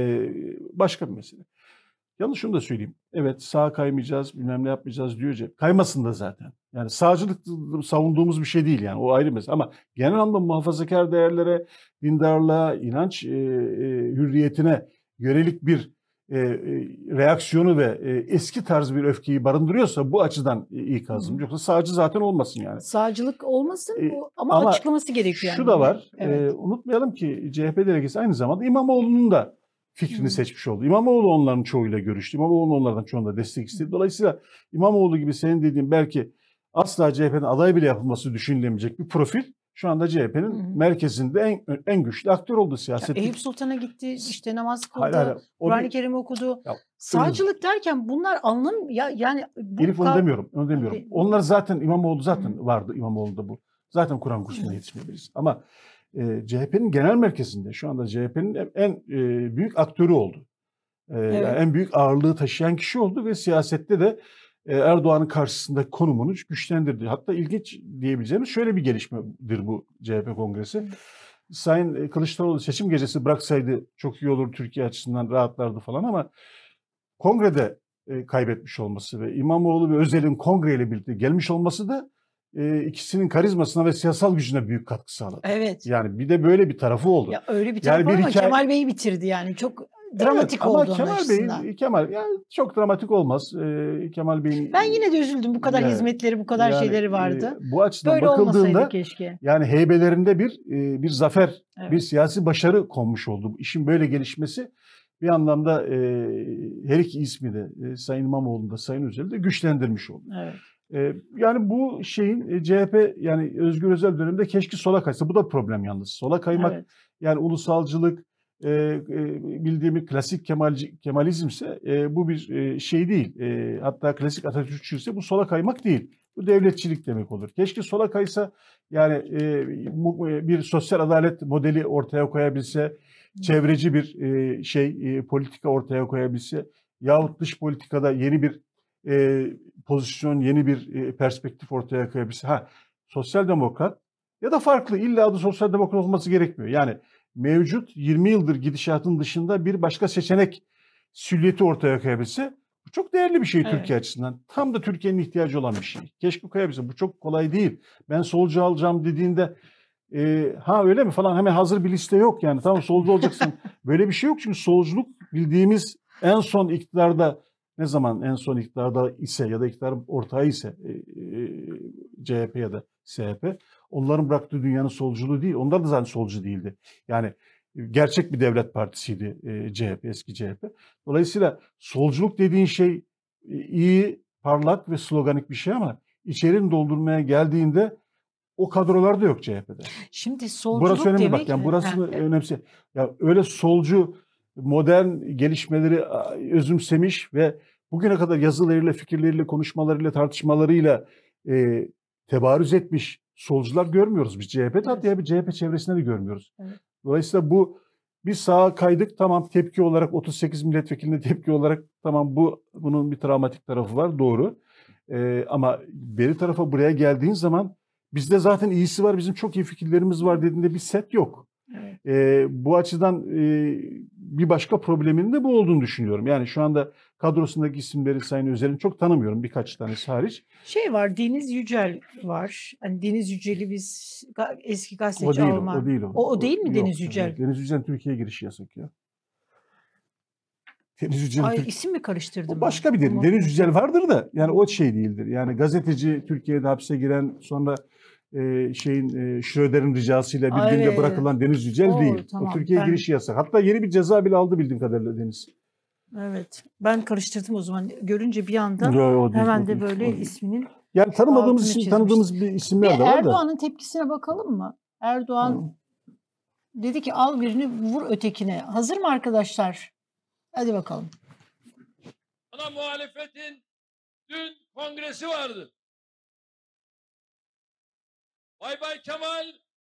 Başka bir mesele. Yalnız şunu da söyleyeyim. Evet, sağa kaymayacağız, bilmem ne yapmayacağız diyor. Kaymasın da zaten. Yani sağcılık savunduğumuz bir şey değil yani. O ayrı mesele. Ama genel anlamda muhafazakar değerlere, dindarlığa, inanç hürriyetine yönelik bir reaksiyonu ve eski tarz bir öfkeyi barındırıyorsa bu açıdan ikazım. Yoksa sağcı zaten olmasın yani. Sağcılık olmasın ama açıklaması gerekiyor. Şu da var. Evet. Unutmayalım ki CHP delegesi aynı zamanda İmamoğlu'nun da fikrini seçmiş oldu. İmamoğlu onların çoğuyla görüştü. İmamoğlu onlardan çoğunda destek istedi. Dolayısıyla İmamoğlu gibi senin dediğin belki asla CHP'nin aday bile yapılması düşünülemeyecek bir profil şu anda CHP'nin merkezinde en güçlü aktör oldu siyasette. Eyüp Sultan'a gitti, işte namaz kıldı, Kur'an-ı Kerim okudu. Sağcılık derken bunlar yani Elif onu demiyorum. Onlar zaten İmamoğlu vardı İmamoğlu'nda bu. Zaten Kur'an kursuna yetişmeyebiliriz. Ama CHP'nin genel merkezinde şu anda CHP'nin en büyük aktörü oldu. Evet. Yani en büyük ağırlığı taşıyan kişi oldu ve siyasette de Erdoğan'ın karşısındaki konumunu güçlendirdi. Hatta ilginç diyebileceğimiz şöyle bir gelişmedir bu CHP kongresi. Sayın Kılıçdaroğlu seçim gecesi bıraksaydı çok iyi olur, Türkiye açısından rahatlardı falan ama kongrede kaybetmiş olması ve İmamoğlu ve Özel'in kongreyle birlikte gelmiş olması da ikisinin karizmasına ve siyasal gücüne büyük katkı sağladı. Evet. Yani bir de böyle bir tarafı oldu. Ya öyle bir tarafı ama Kemal Bey'i bitirdi yani. Çok dramatik ama olduğunu Kemal açısından. Bey'in yani çok dramatik olmaz. Kemal Bey'in Ben yine de üzüldüm. Bu kadar yani, hizmetleri, bu kadar şeyleri vardı. bu açıdan Böyle olmasaydı bakıldığında keşke. yani heybelerinde bir zafer, bir Evet. siyasi başarı konmuş oldu. İşin böyle gelişmesi bir anlamda her iki ismi de Sayın İmamoğlu'nu da Sayın Özel'i de güçlendirmiş oldu. Evet. Yani bu şeyin CHP yani Özgür Özel döneminde keşke sola kaysa. Bu da problem yalnız. Sola kaymak Evet. yani ulusalcılık bildiğimiz klasik Kemalizmse bu bir şey değil. Hatta klasik Atatürkçüyse bu sola kaymak değil. Bu devletçilik demek olur. Keşke sola kaysa yani bir sosyal adalet modeli ortaya koyabilse, çevreci bir politika ortaya koyabilse yahut dış politikada yeni bir pozisyon, yeni bir perspektif ortaya koyabilse. Sosyal demokrat ya da farklı illa adı sosyal demokrat olması gerekmiyor. Yani mevcut 20 yıldır gidişatın dışında bir başka seçenek silüeti ortaya koyabilse bu çok değerli bir şey Evet. Türkiye açısından. Tam da Türkiye'nin ihtiyacı olan bir şey. Keşke koyabilse. Bu çok kolay değil. Ben solcu alacağım dediğinde öyle mi falan hemen hazır bir liste yok yani. Tamam solcu olacaksın. Böyle bir şey yok çünkü solculuk bildiğimiz en son iktidarda ne zaman en son iktidarda ise ya da iktidar ortağı ise CHP ya da SHP onların bıraktığı dünyanın solculuğu değil. Onlar da zaten solcu değildi. Yani gerçek bir devlet partisiydi CHP, eski CHP. Dolayısıyla solculuk dediğin şey iyi, parlak ve sloganik bir şey ama içeriğini doldurmaya geldiğinde o kadrolarda yok CHP'de. Şimdi Burası solculuk önemli bak demek yani burası önemli. Ya öyle solcu modern gelişmeleri özümsemiş ve bugüne kadar yazılarıyla, fikirleriyle, konuşmalarıyla, tartışmalarıyla tebarüz etmiş solcular görmüyoruz biz CHP'de. Hatta ya bir CHP çevresinde de görmüyoruz. Evet. Dolayısıyla bir sağa kaydık tamam tepki olarak 38 milletvekiline tepki olarak tamam bunun bir travmatik tarafı var doğru. Ama beri tarafa buraya geldiğin zaman bizde zaten iyisi var, bizim çok iyi fikirlerimiz var dediğinde bir set yok. Evet. Bu açıdan bir başka probleminin de bu olduğunu düşünüyorum. Yani şu anda kadrosundaki isimleri Sayın Özel'in çok tanımıyorum birkaç tanesi hariç. Var, Deniz Yücel var. Hani Deniz Yücel'i biz eski O gazeteci değil Alman. o değil O değil mi Yok. Deniz Yücel? Deniz Yücel'in Türkiye'ye girişi yasak ya. Deniz Yücel'in Ay isim mi karıştırdım O ben? başka bir derin. Deniz Yücel vardır da yani o şey değildir. Yani gazeteci Türkiye'de hapse giren sonra Schröder'in ricasıyla bir günde Evet. bırakılan Deniz Yücel değil. O Tamam. Türkiye'ye girişi yasak. Hatta yeni bir ceza bile aldı bildiğim kadarıyla Deniz. Evet. Ben karıştırdım o zaman. Görünce bir anda O değil, hemen o de değil, böyle o değil. isminin Yani tanımadığımız altını isim, çizmiştim. tanıdığımız bir isimler Bir de var da. Erdoğan'ın tepkisine bakalım mı? Erdoğan dedi ki al birini vur ötekine. Hazır mı arkadaşlar? Hadi bakalım. Ana muhalefetin dün kongresi vardı. Bay Kemal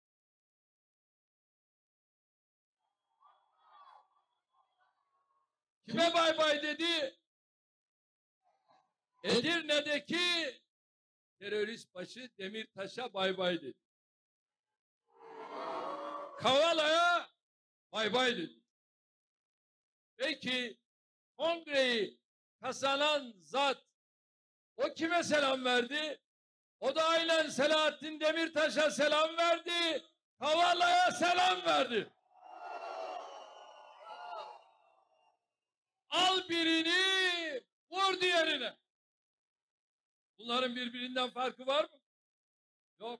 kime bay dedi? Edirne'deki terörist başı Demirtaş'a bay dedi. Kavala'ya bay dedi. Peki kongreyi kazanan zat o kime selam verdi? O da aynen Selahattin Demirtaş'a selam verdi. Kavala'ya selam verdi. Al birini, vur diğerine. Bunların birbirinden farkı var mı? Yok.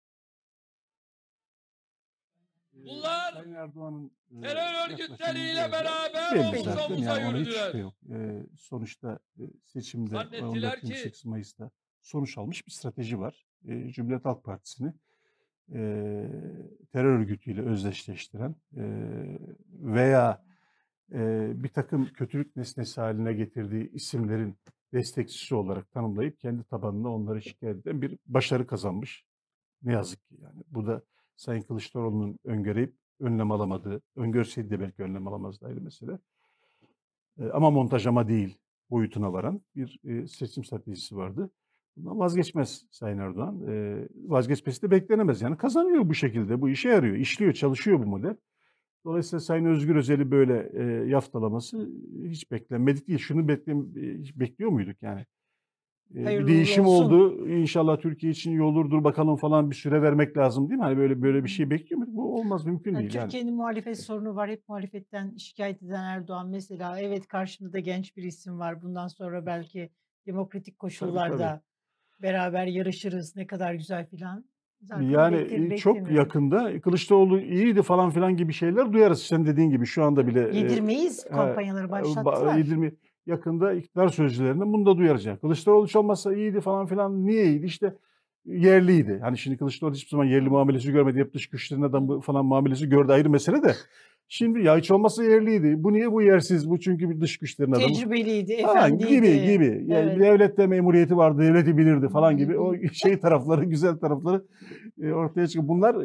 Bunlar Sayın Erdoğan'ın terör örgütleriyle yaklaşımı beraber belli omuz zaten. omuza Yani ona hiç yürüdüler. şüphe yok. Sonuçta seçimde Zannettiler 14-28 ki Mayıs'ta sonuç almış bir strateji var. Cumhuriyet Halk Partisi'ni terör örgütüyle özdeşleştiren veya bir takım kötülük nesnesi haline getirdiği isimlerin destekçisi olarak tanımlayıp kendi tabanında onları şikayet eden bir başarı kazanmış. Ne yazık ki yani. Bu da Sayın Kılıçdaroğlu'nun öngörüp önlem alamadığı, öngörseydi de belki önlem alamazdı ayrı mesele. Ama montajlama değil boyutuna varan bir seçim stratejisi vardı. Bundan vazgeçmez Sayın Erdoğan. Vazgeçmesi de beklenemez. Yani kazanıyor bu şekilde. Bu işe yarıyor. İşliyor, çalışıyor bu model. Dolayısıyla Sayın Özgür Özel'i böyle yaftalaması hiç beklenmedik değil. Hiç bekliyor muyduk yani? bir Hayırlı değişim uğurlu olsun. oldu. İnşallah Türkiye için iyi olurdur bakalım falan bir süre vermek lazım değil mi? Hani böyle bir şey bekliyor muyuz? Bu olmaz, mümkün Yani değil yani. Türkiye'nin muhalefet sorunu var. Hep muhalefetten şikayet eden Erdoğan mesela. Evet, karşımda da genç bir isim var. Bundan sonra belki demokratik Tabii. koşullarda beraber yarışırız. Ne kadar güzel filan. Zaten Yani çok beklemiyorum. yakında Kılıçdaroğlu iyiydi falan filan gibi şeyler duyarız. Sen dediğin gibi şu anda bile Yedirmeyiz kampanyaları başlattılar. yakında iktidar sözcülerinden bunu da duyarız. Yani Kılıçdaroğlu hiç olmazsa iyiydi falan filan. Niye iyiydi? İşte yerliydi. Hani şimdi Kılıçdaroğlu hiçbir zaman yerli muamelesi görmedi. Hep dış güçlerin adamı falan muamelesi gördü, ayrı mesele de. Şimdi ya hiç olmazsa yerliydi. Bu niye bu yersiz? Bu çünkü bir dış güçlerin adamı. Tecrübeliydi, Falan gibi efendiydi. gibi. Yani Evet. devlette memuriyeti vardı, devleti bilirdi falan gibi. Hı O şey tarafları, güzel tarafları ortaya çıkıyor. Bunlar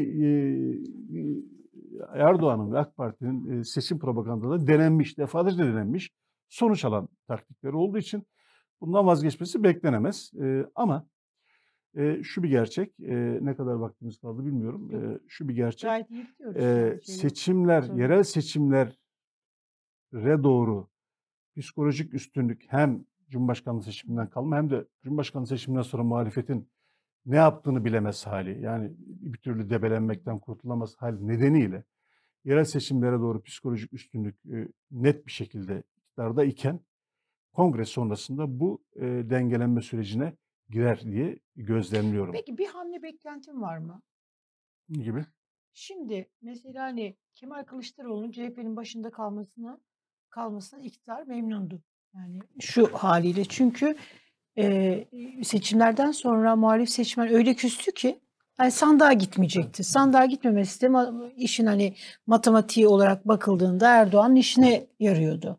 Erdoğan'ın ve AK Parti'nin seçim propagandada denenmiş, defalarca denenmiş, sonuç alan taktikleri olduğu için bundan vazgeçmesi beklenemez. Ama şu bir gerçek, ne kadar vaktimiz kaldı bilmiyorum. Yok. Şu bir gerçek, Gayet iyi gidiyoruz. Yani şey yok. seçimler, Sorun yerel yok. seçimlere doğru psikolojik üstünlük hem Cumhurbaşkanlığı seçiminden kalma hem de Cumhurbaşkanlığı seçiminden sonra muhalefetin ne yaptığını bilemez hali, yani bir türlü debelenmekten kurtulamaz hali nedeniyle yerel seçimlere doğru psikolojik üstünlük net bir şekilde iktidarda iken kongre sonrasında bu dengelenme sürecine girer diye gözlemliyorum. Peki bir hamle beklentin var mı? Gibi. Şimdi mesela hani Kemal Kılıçdaroğlu'nun CHP'nin başında kalmasına iktidar memnundu. Yani şu haliyle, çünkü seçimlerden sonra muhalif seçmen öyle küstü ki yani sandığa gitmeyecekti. Sandığa gitmemesi de işin hani matematiği olarak bakıldığında Erdoğan'ın işine yarıyordu.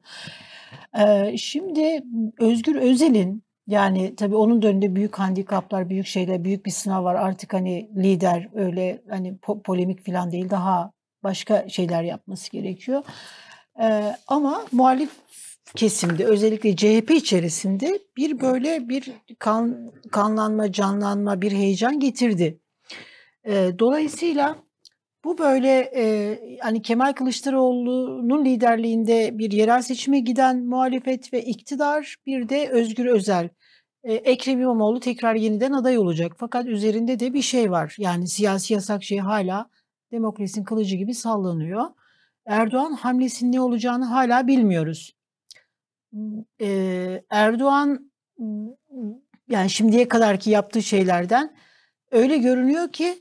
Şimdi Özgür Özel'in, yani tabii onun da önünde büyük handikaplar, büyük şeyler, büyük bir sınav var. Artık hani lider öyle hani polemik falan değil, daha başka şeyler yapması gerekiyor. Ama muhalif kesimde, özellikle CHP içerisinde böyle bir kanlanma, canlanma, bir heyecan getirdi. Dolayısıyla bu böyle hani Kemal Kılıçdaroğlu'nun liderliğinde bir yerel seçime giden muhalefet ve iktidar, bir de Özgür Özel. Ekrem İmamoğlu tekrar yeniden aday olacak. Fakat üzerinde de bir şey var. Yani siyasi yasak şey hala demokrasinin kılıcı gibi sallanıyor. Erdoğan hamlesinin ne olacağını hala bilmiyoruz. Erdoğan yani şimdiye kadarki yaptığı şeylerden öyle görünüyor ki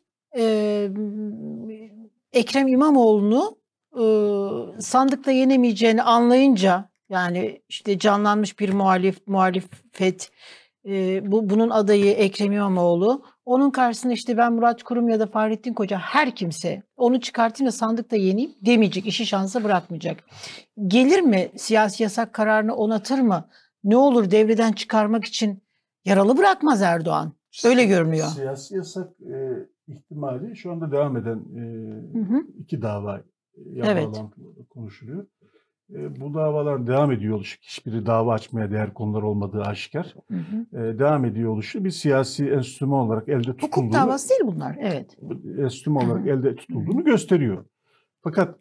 Ekrem İmamoğlu'nu sandıkta yenemeyeceğini anlayınca, yani işte canlanmış bir muhalefet, bunun adayı Ekrem İmamoğlu. Onun karşısında işte ben Murat Kurum ya da Fahrettin Koca, her kimse onu çıkartayım da sandıkta yeneyim demeyecek, işi şansa bırakmayacak. Gelir mi? Siyasi yasak kararını onatır mı? Ne olur, devreden çıkarmak için yaralı bırakmaz Erdoğan. Öyle görünüyor. Siyasi yasak ihtimali şu anda devam eden iki dava Evet. bağlantılı konuşuluyor. Bu davalar devam ediyor oluşu, hiçbiri dava açmaya değer konular olmadığı aşikar. Devam ediyor oluşu bir siyasi enstrüman olarak elde tutulduğunu, Hukuk davası değil bunlar. Evet. enstrüman olarak elde tutulduğunu gösteriyor. Fakat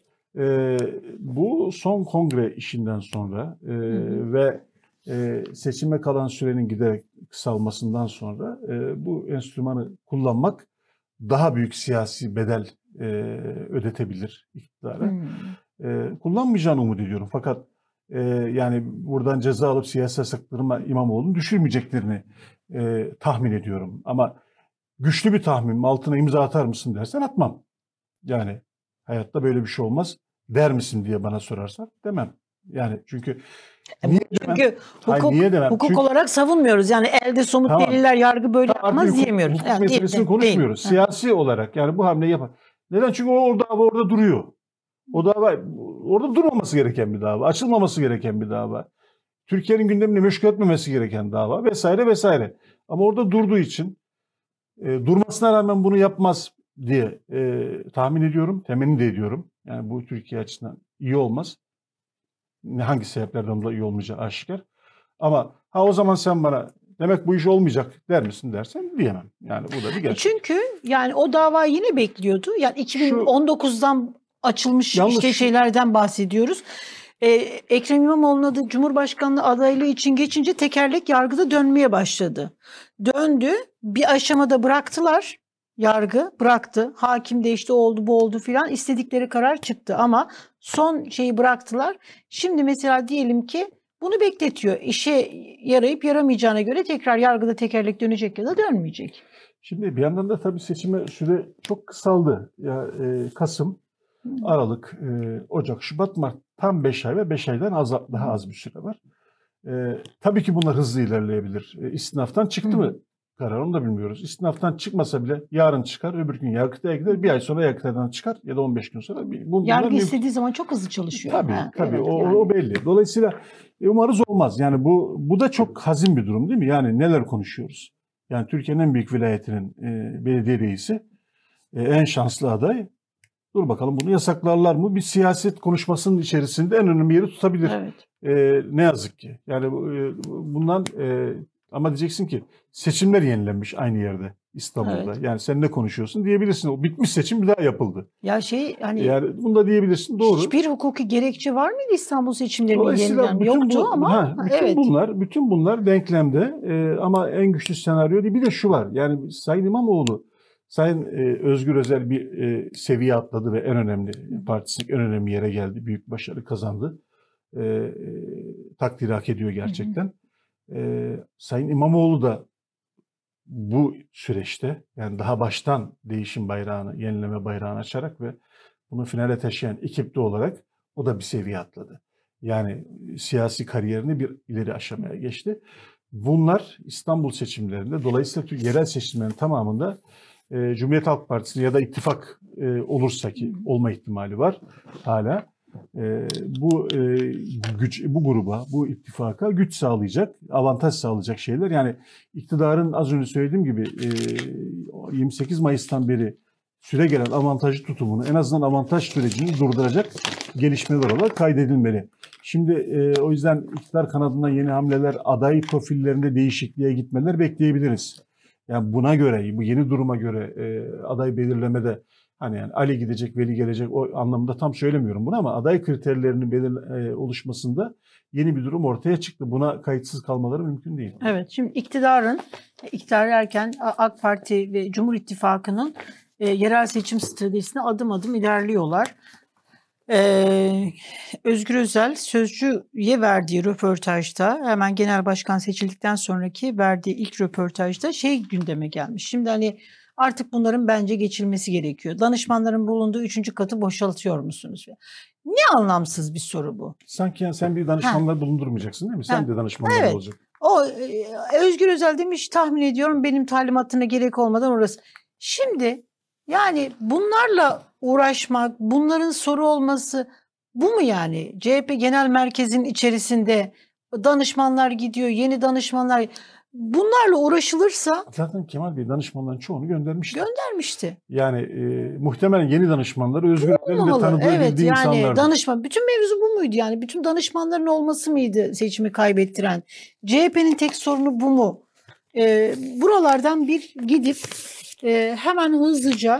bu son kongre işinden sonra ve seçime kalan sürenin giderek kısalmasından sonra bu enstrümanı kullanmak daha büyük siyasi bedel ödetebilir iktidara. Kullanmayacağını umut ediyorum. Fakat yani buradan ceza alıp siyasi yasaklarıma İmamoğlu'nu düşürmeyeceklerini tahmin ediyorum. Ama güçlü bir tahmin, altına imza atar mısın dersen atmam. Yani hayatta böyle bir şey olmaz der misin diye bana sorarsan demem. Yani çünkü niye demem? Çünkü Niye demem? hukuk Çünkü, olarak savunmuyoruz. Yani elde somut tamam, deliller, yargı böyle yapmaz hukuk, diyemiyoruz. hukuk Yani meselesini konuşmuyoruz. Siyasi olarak yani bu hamleyi yapar. Neden? Çünkü o dava orada duruyor. O dava orada durmaması gereken bir dava. Açılmaması gereken bir dava. Türkiye'nin gündemini meşgul etmemesi gereken dava vesaire vesaire. Ama orada durduğu için durmasına rağmen bunu yapmaz diye tahmin ediyorum. Temenni de ediyorum. Yani bu Türkiye açısından iyi olmaz. Hangi sebeplerden dolayı iyi olmayacağı aşikar. Ama o zaman sen bana demek bu iş olmayacak der misin dersen diyemem. Yani bu da bir gerçek. Çünkü yani o dava yine bekliyordu. Yani 2019'dan açılmış işte şeylerden bahsediyoruz. Ekrem İmamoğlu'nun adı Cumhurbaşkanlığı adaylığı için geçince tekerlek yargıda dönmeye başladı. Döndü. Bir aşamada bıraktılar. Yargı bıraktı. Hakim değişti, oldu bu oldu filan. İstedikleri karar çıktı ama son şeyi bıraktılar. Şimdi mesela diyelim ki bunu bekletiyor. İşe yarayıp yaramayacağına göre tekrar yargıda tekerlek dönecek ya da dönmeyecek. Şimdi bir yandan da tabii seçime süre çok kısaldı. Ya Kasım, Aralık, Ocak, Şubat, Mart tam 5 ay ve 5 aydan daha az bir süre var. Tabii ki bunlar hızlı ilerleyebilir. İstinaftan çıktı mı karar onu da bilmiyoruz. İstinaftan çıkmasa bile yarın çıkar, öbür gün Yargıtay'a gider, bir ay sonra Yargıtay'dan çıkar ya da 15 gün sonra. Yargı istediği zaman çok hızlı çalışıyor. Tabii, tabii evet, o belli. Dolayısıyla umarız olmaz. Yani bu da çok hazin bir durum değil mi? Yani neler konuşuyoruz? Yani Türkiye'nin en büyük vilayetinin belediye reisi, en şanslı aday. Dur bakalım bunu yasaklarlar mı? Bir siyaset konuşmasının içerisinde en önemli yeri tutabilir. Evet. Ne yazık ki. Yani bundan ama diyeceksin ki seçimler yenilenmiş aynı yerde İstanbul'da. Evet. Yani sen ne konuşuyorsun diyebilirsin. O bitmiş seçim bir daha yapıldı. Ya hani Yani bunu da diyebilirsin. Doğru. hiçbir hukuki gerekçe var mıydı İstanbul seçimlerinin Dolayısıyla yeniden? Yoktu ama evet. bütün bunlar denklemde ama en güçlü senaryo değil. Bir de şu var. Yani Sayın İmamoğlu, Sayın Özgür Özel bir seviye atladı ve en önemli partisinin en önemli yere geldi. Büyük başarı kazandı. Takdiri hak ediyor gerçekten. Sayın İmamoğlu da bu süreçte yani daha baştan değişim bayrağını, yenileme bayrağını açarak ve bunu finale taşıyan ekipte olarak o da bir seviye atladı. Yani siyasi kariyerini bir ileri aşamaya geçti. Bunlar İstanbul seçimlerinde dolayısıyla yerel seçimlerin tamamında Cumhuriyet Halk Partisi ya da ittifak olursa ki olma ihtimali var hala. Bu bu gruba, bu ittifaka güç sağlayacak, avantaj sağlayacak şeyler. Yani iktidarın az önce söylediğim gibi 28 Mayıs'tan beri süre gelen avantajlı tutumunu, en azından avantaj sürecini durduracak gelişmeler olarak kaydedilmeli. Şimdi o yüzden iktidar kanadından yeni hamleler, aday profillerinde değişikliğe gitmeler bekleyebiliriz. Yani buna göre, bu yeni duruma göre aday belirlemede hani yani Ali gidecek, Veli gelecek o anlamda tam söylemiyorum bunu ama aday kriterlerinin oluşmasında yeni bir durum ortaya çıktı. Buna kayıtsız kalmaları mümkün değil. Evet, şimdi iktidar derken AK Parti ve Cumhur İttifakı'nın yerel seçim stratejisine adım adım ilerliyorlar. Özgür Özel Sözcü'ye verdiği röportajda hemen genel başkan seçildikten sonraki verdiği ilk röportajda gündeme gelmiş. Şimdi hani artık bunların bence geçilmesi gerekiyor. Danışmanların bulunduğu 3. katı boşaltıyor musunuz? Ne anlamsız bir soru bu. Sanki yani sen bir danışmanlar bulundurmayacaksın değil mi? Sen de danışmanlar olacak. O Özgür Özel demiş tahmin ediyorum benim talimatına gerek olmadan orası. Şimdi yani bunlarla uğraşmak, bunların soru olması bu mu yani? CHP Genel Merkezi'nin içerisinde danışmanlar gidiyor, yeni danışmanlar. Bunlarla uğraşılırsa... Zaten Kemal Bey danışmanların çoğunu göndermişti. Yani muhtemelen yeni danışmanlar Özgür Özel'in de tanıdığı bildiği insanlardı. Danışman, bütün mevzu bu muydu yani? Bütün danışmanların olması mıydı seçimi kaybettiren? CHP'nin tek sorunu bu mu? Buralardan bir gidip hemen hızlıca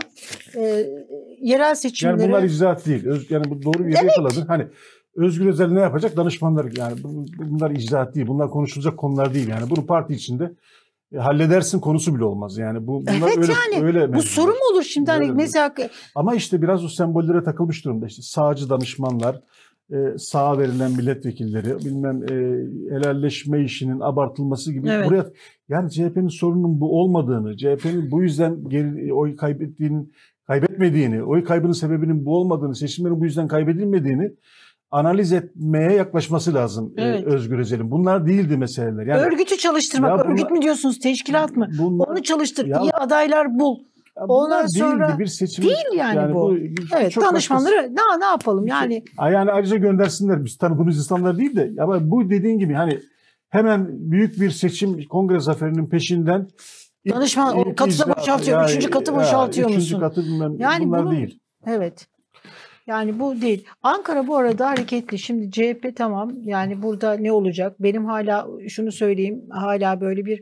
yerel seçimlere... Yani bunlar icraat değil. Yani bu doğru bir yere yakaladın. Hani Özgür Özel ne yapacak? Danışmanlar yani bunlar icraat değil. Bunlar konuşulacak konular değil. Yani bunu parti içinde halledersin konusu bile olmaz. Yani bunlar öyle bu soru mu olur şimdi hani mesela? Ama işte biraz o sembollere takılmış durumda. İşte sağcı danışmanlar, sağa verilen milletvekilleri, bilmem helalleşme işinin abartılması gibi buraya yani CHP'nin sorunun bu olmadığını, CHP'nin bu yüzden oy kaybetmediğini, oy kaybının sebebinin bu olmadığını, seçimlerin bu yüzden kaybedilmediğini analiz etmeye yaklaşması lazım Özgür Özel'in. Bunlar değildi meseleler. Yani, örgütü çalıştırmak. Örgüt mü diyorsunuz? Teşkilat mı? Onu çalıştır. İyi adaylar bul. Ondan sonra bir seçim değil yani bu. Evet, danışmanları ne yapalım yani. Yani ayrıca göndersinler. Biz tanıdığımız insanlar değil de ama bu dediğin gibi hani hemen büyük bir seçim kongre zaferinin peşinden danışman katı da boşaltıyor. 3. katı boşaltıyor musun? 3. katı bilmem yani bunlar değil. Evet. Yani bu değil. Ankara bu arada hareketli. Şimdi CHP tamam. Yani burada ne olacak? Benim hala şunu söyleyeyim. Hala böyle bir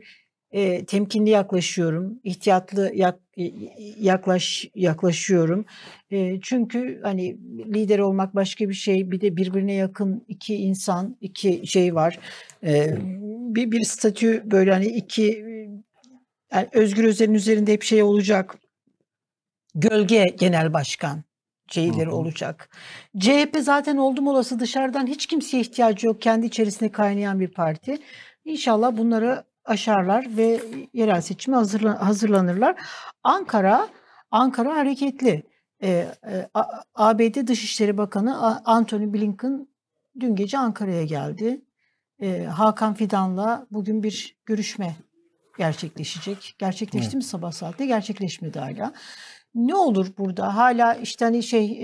temkinli yaklaşıyorum, ihtiyatlı yaklaşıyorum. Çünkü hani lider olmak başka bir şey, bir de birbirine yakın iki insan, iki şey var. Bir statü böyle hani yani Özgür Özel'in üzerinde hep şey olacak. Gölge genel başkan şeyleri olacak. CHP zaten oldum olası dışarıdan hiç kimseye ihtiyacı yok. Kendi içerisinde kaynayan bir parti. İnşallah bunları aşarlar ve yerel seçime hazırlanırlar. Ankara hareketli. ABD Dışişleri Bakanı Antony Blinken dün gece Ankara'ya geldi. Hakan Fidan'la bugün bir görüşme gerçekleşecek. Gerçekleşti mi sabah saatte? Gerçekleşmedi hala. Ne olur burada? Hala işte hani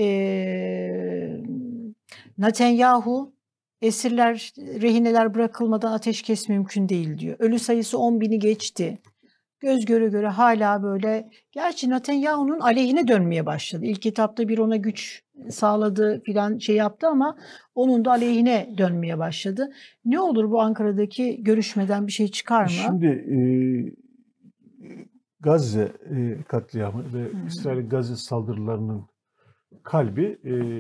Netanyahu esirler, rehineler bırakılmadan ateşkes mümkün değil diyor. Ölü sayısı 10.000'i geçti. Göz göre göre hala böyle. Gerçi Netanyahu'nun aleyhine dönmeye başladı. İlk etapta bir ona güç sağladı filan şey yaptı ama onun da aleyhine dönmeye başladı. Ne olur bu Ankara'daki görüşmeden bir şey çıkar mı? Şimdi Gazze katliamı ve İsrail Gazze saldırılarının kalbi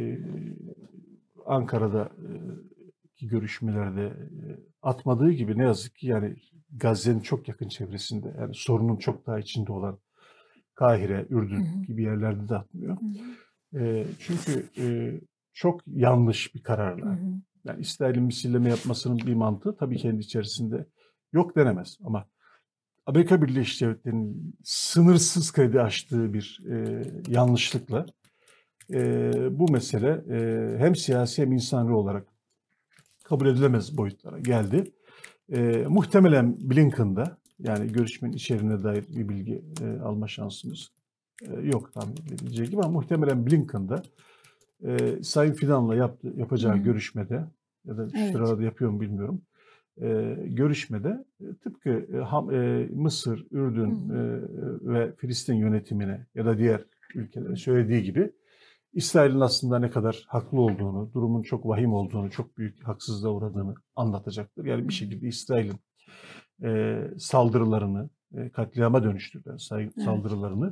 Ankara'daki görüşmelerde atmadığı gibi ne yazık ki yani Gazze'nin çok yakın çevresinde yani sorunun çok daha içinde olan Kahire, Ürdün gibi yerlerde de atmıyor. Çünkü çok yanlış bir kararla. Yani İsrail'in misilleme yapmasının bir mantığı tabii kendi içerisinde yok denemez ama Amerika Birleşik Devletleri'nin sınırsız kredi açtığı bir yanlışlıkla bu mesele hem siyasi hem insani olarak kabul edilemez boyutlara geldi. Muhtemelen Blinken'da yani görüşmenin içeriğine dair bir bilgi alma şansımız yok tahmin edileceği gibi ama muhtemelen Blinken'da Sayın Fidan'la yapacağı görüşmede ya da şu sırada yapıyor mu bilmiyorum. Görüşmede tıpkı Mısır, Ürdün ve Filistin yönetimine ya da diğer ülkelere söylediği gibi İsrail'in aslında ne kadar haklı olduğunu, durumun çok vahim olduğunu, çok büyük haksızlığa uğradığını anlatacaktır. Yani bir şekilde İsrail'in saldırılarını, katliama dönüştürülen saldırılarını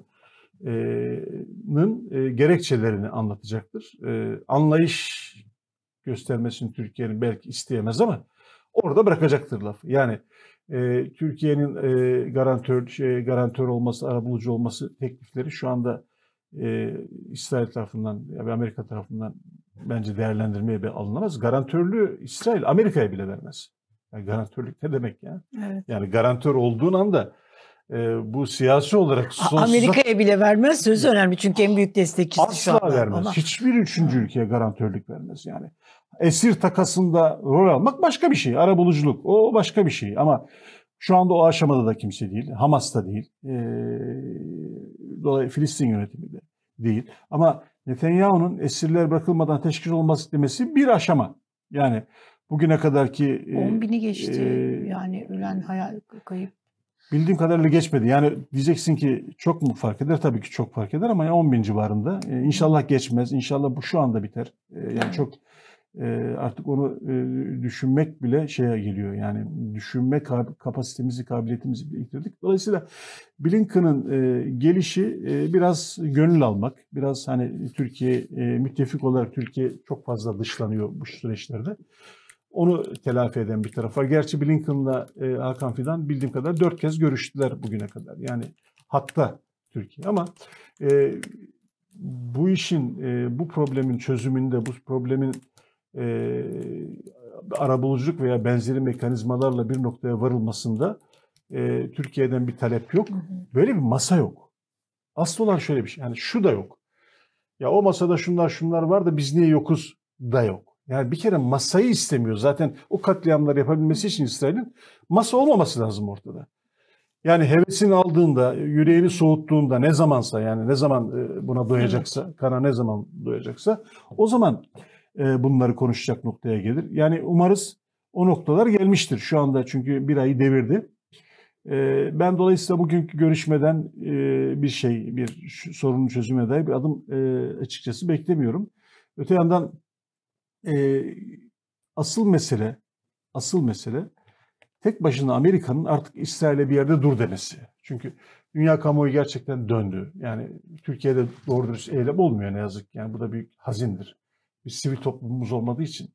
gerekçelerini anlatacaktır. Anlayış göstermesini Türkiye'nin belki isteyemez ama orada bırakacaktır lafı. Yani Türkiye'nin garantör olması, arabulucu olması teklifleri şu anda İsrail tarafından ve Amerika tarafından bence değerlendirmeye alınamaz. Garantörlüğü İsrail Amerika'ya bile vermez. Yani garantörlük ne demek ya? Evet. Yani garantör olduğun anda bu siyasi olarak sonsuza... Amerika'ya bile vermez. Sözü önemli çünkü en büyük destekçisi şu anda. Asla vermez. Ona... Hiçbir üçüncü ülkeye garantörlük vermez yani. Esir takasında rol almak başka bir şey. Arabuluculuk o başka bir şey. Ama şu anda o aşamada da kimse değil. Hamas da değil. Dolayısıyla Filistin yönetimi de değil. Ama Netanyahu'nun esirler bırakılmadan ateşkes olması demesi bir aşama. Yani bugüne kadarki... 10.000'i geçti. Yani ölen kayıp. Bildiğim kadarıyla geçmedi. Yani diyeceksin ki çok mu fark eder? Tabii ki çok fark eder ama 10.000 civarında. İnşallah geçmez. İnşallah bu şu anda biter. Yani çok artık onu düşünmek bile şeye geliyor. Yani düşünme kapasitemizi, kabiliyetimizi bile yitirdik. Dolayısıyla Blinken'ın gelişi biraz gönül almak. Biraz hani Türkiye müttefik olarak Türkiye çok fazla dışlanıyor bu süreçlerde. Onu telafi eden bir taraf var. Gerçi Blinken'la Hakan Fidan bildiğim kadar 4 kez görüştüler bugüne kadar. Yani hatta Türkiye ama bu işin, bu problemin çözümünde, bu problemin arabuluculuk veya benzeri mekanizmalarla bir noktaya varılmasında Türkiye'den bir talep yok. Böyle bir masa yok. Asıl olan şöyle bir şey. Yani şu da yok. Ya o masada şunlar var da biz niye yokuz da yok. Yani bir kere masayı istemiyor. Zaten o katliamları yapabilmesi için İsrail'in masa olmaması lazım ortada. Yani hevesini aldığında, yüreğini soğuttuğunda ne zamansa yani ne zaman buna doyacaksa, kana ne zaman doyacaksa o zaman bunları konuşacak noktaya gelir. Yani umarız o noktalar gelmiştir şu anda çünkü bir ayı devirdi. Ben dolayısıyla bugünkü görüşmeden bir sorunun çözümüne dair bir adım açıkçası beklemiyorum. Öte yandan asıl mesele tek başına Amerika'nın artık İsrail'e bir yerde dur demesi. Çünkü dünya kamuoyu gerçekten döndü. Yani Türkiye'de doğru dürüst eylem olmuyor ne yazık ki. Yani bu da büyük hazindir. Bir sivil toplumumuz olmadığı için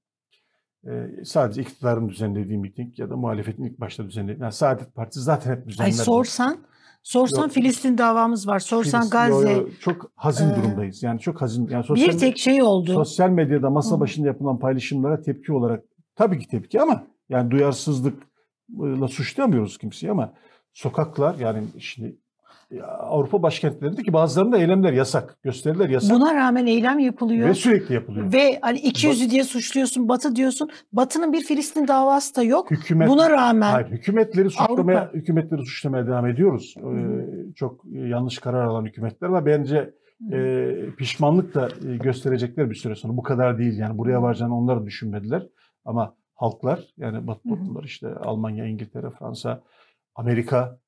sadece iktidarın düzenlediği miting ya da muhalefetin ilk başta düzenlediği. Yani Saadet Partisi zaten hep Ay düzenler. sorsan Yok. Filistin davamız var. Sorsan Gazze. Çok hazin durumdayız. Yani çok hazin. Yani Bir tek şey oldu. sosyal medyada masa başında yapılan paylaşımlara tepki olarak tabii ki tepki ama yani duyarsızlıkla suçlamıyoruz kimseyi ama sokaklar yani şimdi Avrupa başkentlerinde ki bazılarında eylemler yasak, gösteriler yasak Buna rağmen eylem yapılıyor. ve sürekli yapılıyor. Ve hani ikiyüzlü diye suçluyorsun, Batı diyorsun. Batı'nın bir Filistin davası da yok. Hükümet, Buna rağmen hayır, hükümetleri suçlamaya devam ediyoruz. Çok yanlış karar alan hükümetler var. Bence pişmanlık da gösterecekler bir süre sonra. Bu kadar değil yani buraya varacağını onlar düşünmediler. Ama halklar yani Batı toplumları işte Almanya, İngiltere, Fransa, Amerika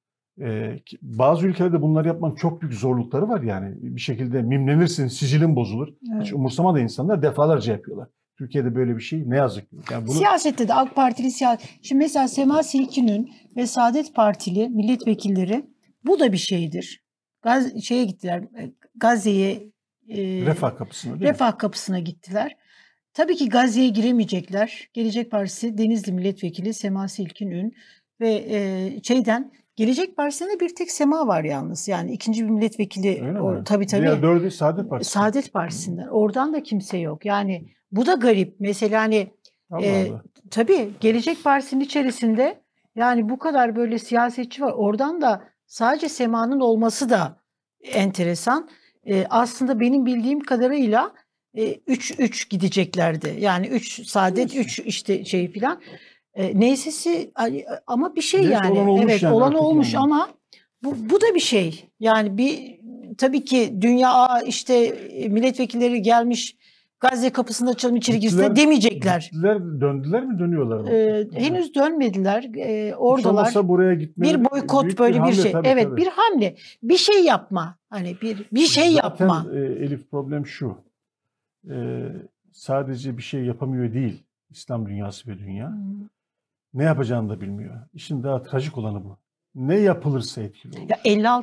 bazı ülkelerde bunları yapmanın çok büyük zorlukları var yani. Bir şekilde mimlenirsin, sicilin bozulur. Evet. Hiç umursamadı insanlar defalarca yapıyorlar. Türkiye'de böyle bir şey ne yazık ki. Yani bunu... Siyasette de AK Partili siyaset. Şimdi mesela Sema Silkin'ün ve Saadet Partili milletvekilleri bu da bir şeydir. Şeye gittiler. Gazze'ye Refah kapısına değil mi? Refah kapısına gittiler. Tabii ki Gazze'ye giremeyecekler. Gelecek Partisi Denizli Milletvekili Sema Silkin'ün ve Gelecek Partisi'nde bir tek Sema var yalnız. Yani ikinci bir milletvekili. Tabii. Diğer dördü Saadet Partisi. Saadet Partisi'nden. Oradan da kimse yok. Yani bu da garip. Mesela hani tabii Gelecek Partisi'nin içerisinde yani bu kadar böyle siyasetçi var. Oradan da sadece Sema'nın olması da enteresan. Aslında benim bildiğim kadarıyla 3-3 gideceklerdi. Yani 3 Saadet, 3 işte şey filan. Neysesi ama bir şey yani. Evet, olan olmuş yani. Ama bu da bir şey. Yani tabii ki dünya işte milletvekilleri gelmiş Gazze kapısında açalım içeri girsin demeyecekler. Döndüler mi dönüyorlar mı? Henüz dönmediler. Oradalar. Hiç buraya gitmeleri bir boykot böyle bir şey. Tabii, evet tabii. Bir hamle. Bir şey yapma. Hani bir şey yapma. Zaten Elif problem şu. Sadece bir şey yapamıyor değil İslam dünyası ve dünya. Ne yapacağını da bilmiyor. İşin daha trajik olanı bu. Ne yapılırsa etkili olur. Ya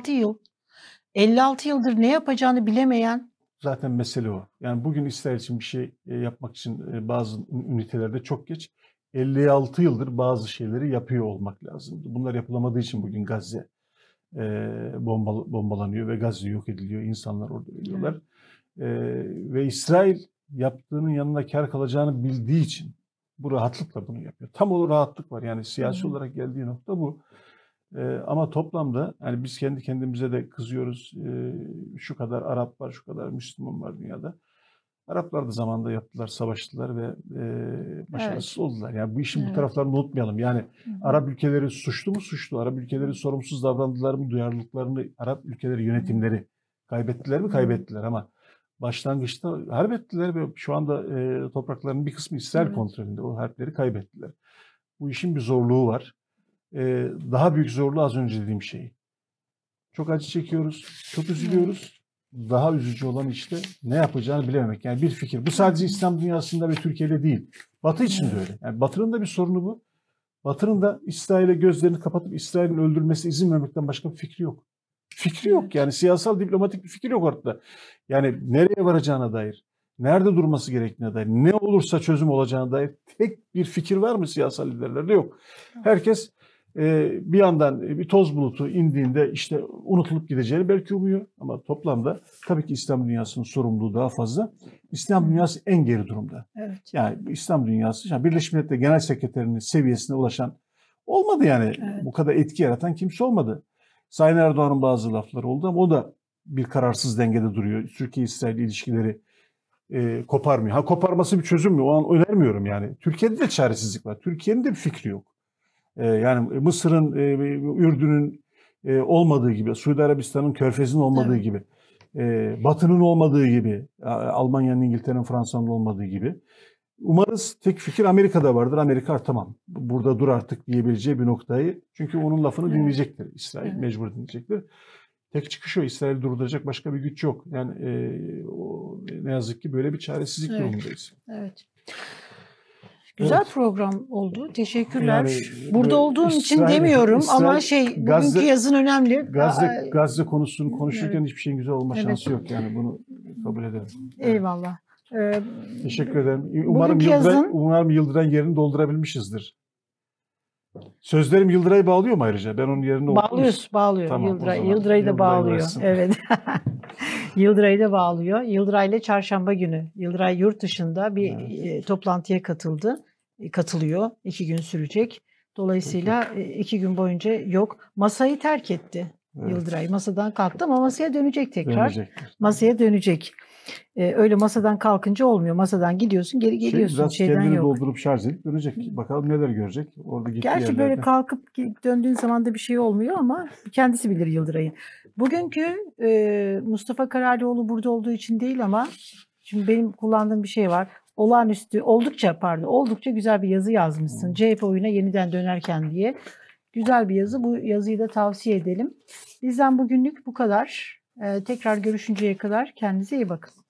56 yıldır ne yapacağını bilemeyen. Zaten mesele o. Yani bugün İsrail için bir şey yapmak için bazı ünitelerde çok geç. 56 yıldır bazı şeyleri yapıyor olmak lazım. Bunlar yapılamadığı için bugün Gazze bombalanıyor ve Gazze yok ediliyor. İnsanlar orada ölüyorlar. Ve İsrail yaptığının yanına kar kalacağını bildiği için bu rahatlıkla bunu yapıyor. Tam o rahatlık var. Yani siyasi olarak geldiği nokta bu. Ama toplamda yani biz kendi kendimize de kızıyoruz. Şu kadar Arap var, şu kadar Müslüman var dünyada. Araplar da zamanında yaptılar, savaştılar ve başarısız oldular. Yani bu işin bu taraflarını unutmayalım. Yani Arap ülkeleri suçlu mu? Suçlu. Arap ülkeleri sorumsuz davrandılar mı? Duyarlılıklarını Arap ülkeleri yönetimleri kaybettiler mi? Kaybettiler ama başlangıçta harp ettiler ve şu anda topraklarının bir kısmı İsrail kontrolünde. O harpleri kaybettiler. Bu işin bir zorluğu var. Daha büyük zorluğu az önce dediğim şey. Çok acı çekiyoruz, çok üzülüyoruz. Daha üzücü olan işte ne yapacağını bilememek. Yani bir fikir. Bu sadece İslam dünyasında ve Türkiye'de değil. Batı için de öyle. Yani Batı'nın da bir sorunu bu. Batı'nın da İsrail'e gözlerini kapatıp İsrail'in öldürülmesine izin vermekten başka bir fikri yok. Fikri yok. Yani siyasal, diplomatik bir fikir yok ortada. Yani nereye varacağına dair, nerede durması gerektiğine dair, ne olursa çözüm olacağına dair tek bir fikir var mı siyasal liderlerde? Yok. Herkes bir yandan bir toz bulutu indiğinde işte unutulup gideceğini belki umuyor. Ama toplamda tabii ki İslam dünyasının sorumluluğu daha fazla. İslam dünyası en geri durumda. Evet. Yani İslam dünyası, yani Birleşmiş Milletler Genel Sekreterinin seviyesine ulaşan olmadı yani. Bu kadar etki yaratan kimse olmadı. Sayın Erdoğan'ın bazı lafları oldu ama o da bir kararsız dengede duruyor. Türkiye-İsrail ilişkileri koparmıyor. Koparması bir çözüm mü? O an önermiyorum yani. Türkiye'de de çaresizlik var. Türkiye'nin de bir fikri yok. Yani Mısır'ın, Ürdün'ün olmadığı gibi, Suudi Arabistan'ın, Körfez'in olmadığı gibi, Batı'nın olmadığı gibi, Almanya'nın, İngiltere'nin, Fransa'nın olmadığı gibi. Umarız tek fikir Amerika'da vardır. Amerika tamam burada dur artık diyebileceği bir noktayı. Çünkü onun lafını dinleyecektir İsrail. Mecbur dinleyecektir. Tek çıkış o. İsrail'i durduracak başka bir güç yok. Yani ne yazık ki böyle bir çaresizlik durumundayız. Evet. Güzel Evet. program oldu. Teşekkürler. Yani Burada böyle olduğum için İsrail- demiyorum ama İsrail, bugünkü Gazze- yazın önemli. Gazze konusunu konuşurken evet. hiçbir şeyin güzel olma Evet. şansı yok. Yani bunu kabul edelim. Eyvallah. Ee, Teşekkür ederim. Bugünkü yazın- Umarım Yıldıray yerini doldurabilmişizdir. Sözlerim Yıldıray'ı bağlıyor mu ayrıca? Ben onun yerine bağlıyor. Tamam, o Yıldıray. zaman Yıldıray'ı da Yıldıray bağlıyor. uğraşsın. Evet. Yıldıray'ı da bağlıyor. Yıldıray'la çarşamba günü. Yıldıray yurt dışında bir toplantıya katılıyor. 2 gün sürecek. Dolayısıyla 2 gün boyunca yok. Masayı terk etti. Evet. Yıldıray masadan kalktı ama masaya dönecek tekrar. Dönecektir. Masaya dönecek. Öyle masadan kalkınca olmuyor. Masadan gidiyorsun, geri geliyorsun. Biraz Şeyden kendini yok. doldurup şarj edip dönecek. Bakalım neler görecek. Orada gittiği Gerçi yerlerde. böyle kalkıp döndüğün zaman da bir şey olmuyor ama kendisi bilir Yıldıray'ın. Bugünkü Mustafa Karalioğlu burada olduğu için değil ama şimdi benim kullandığım bir şey var. Oldukça güzel bir yazı yazmışsın. CHP oyuna yeniden dönerken diye. Güzel bir yazı. Bu yazıyı da tavsiye edelim. Bizden bugünlük bu kadar. Tekrar görüşünceye kadar kendinize iyi bakın.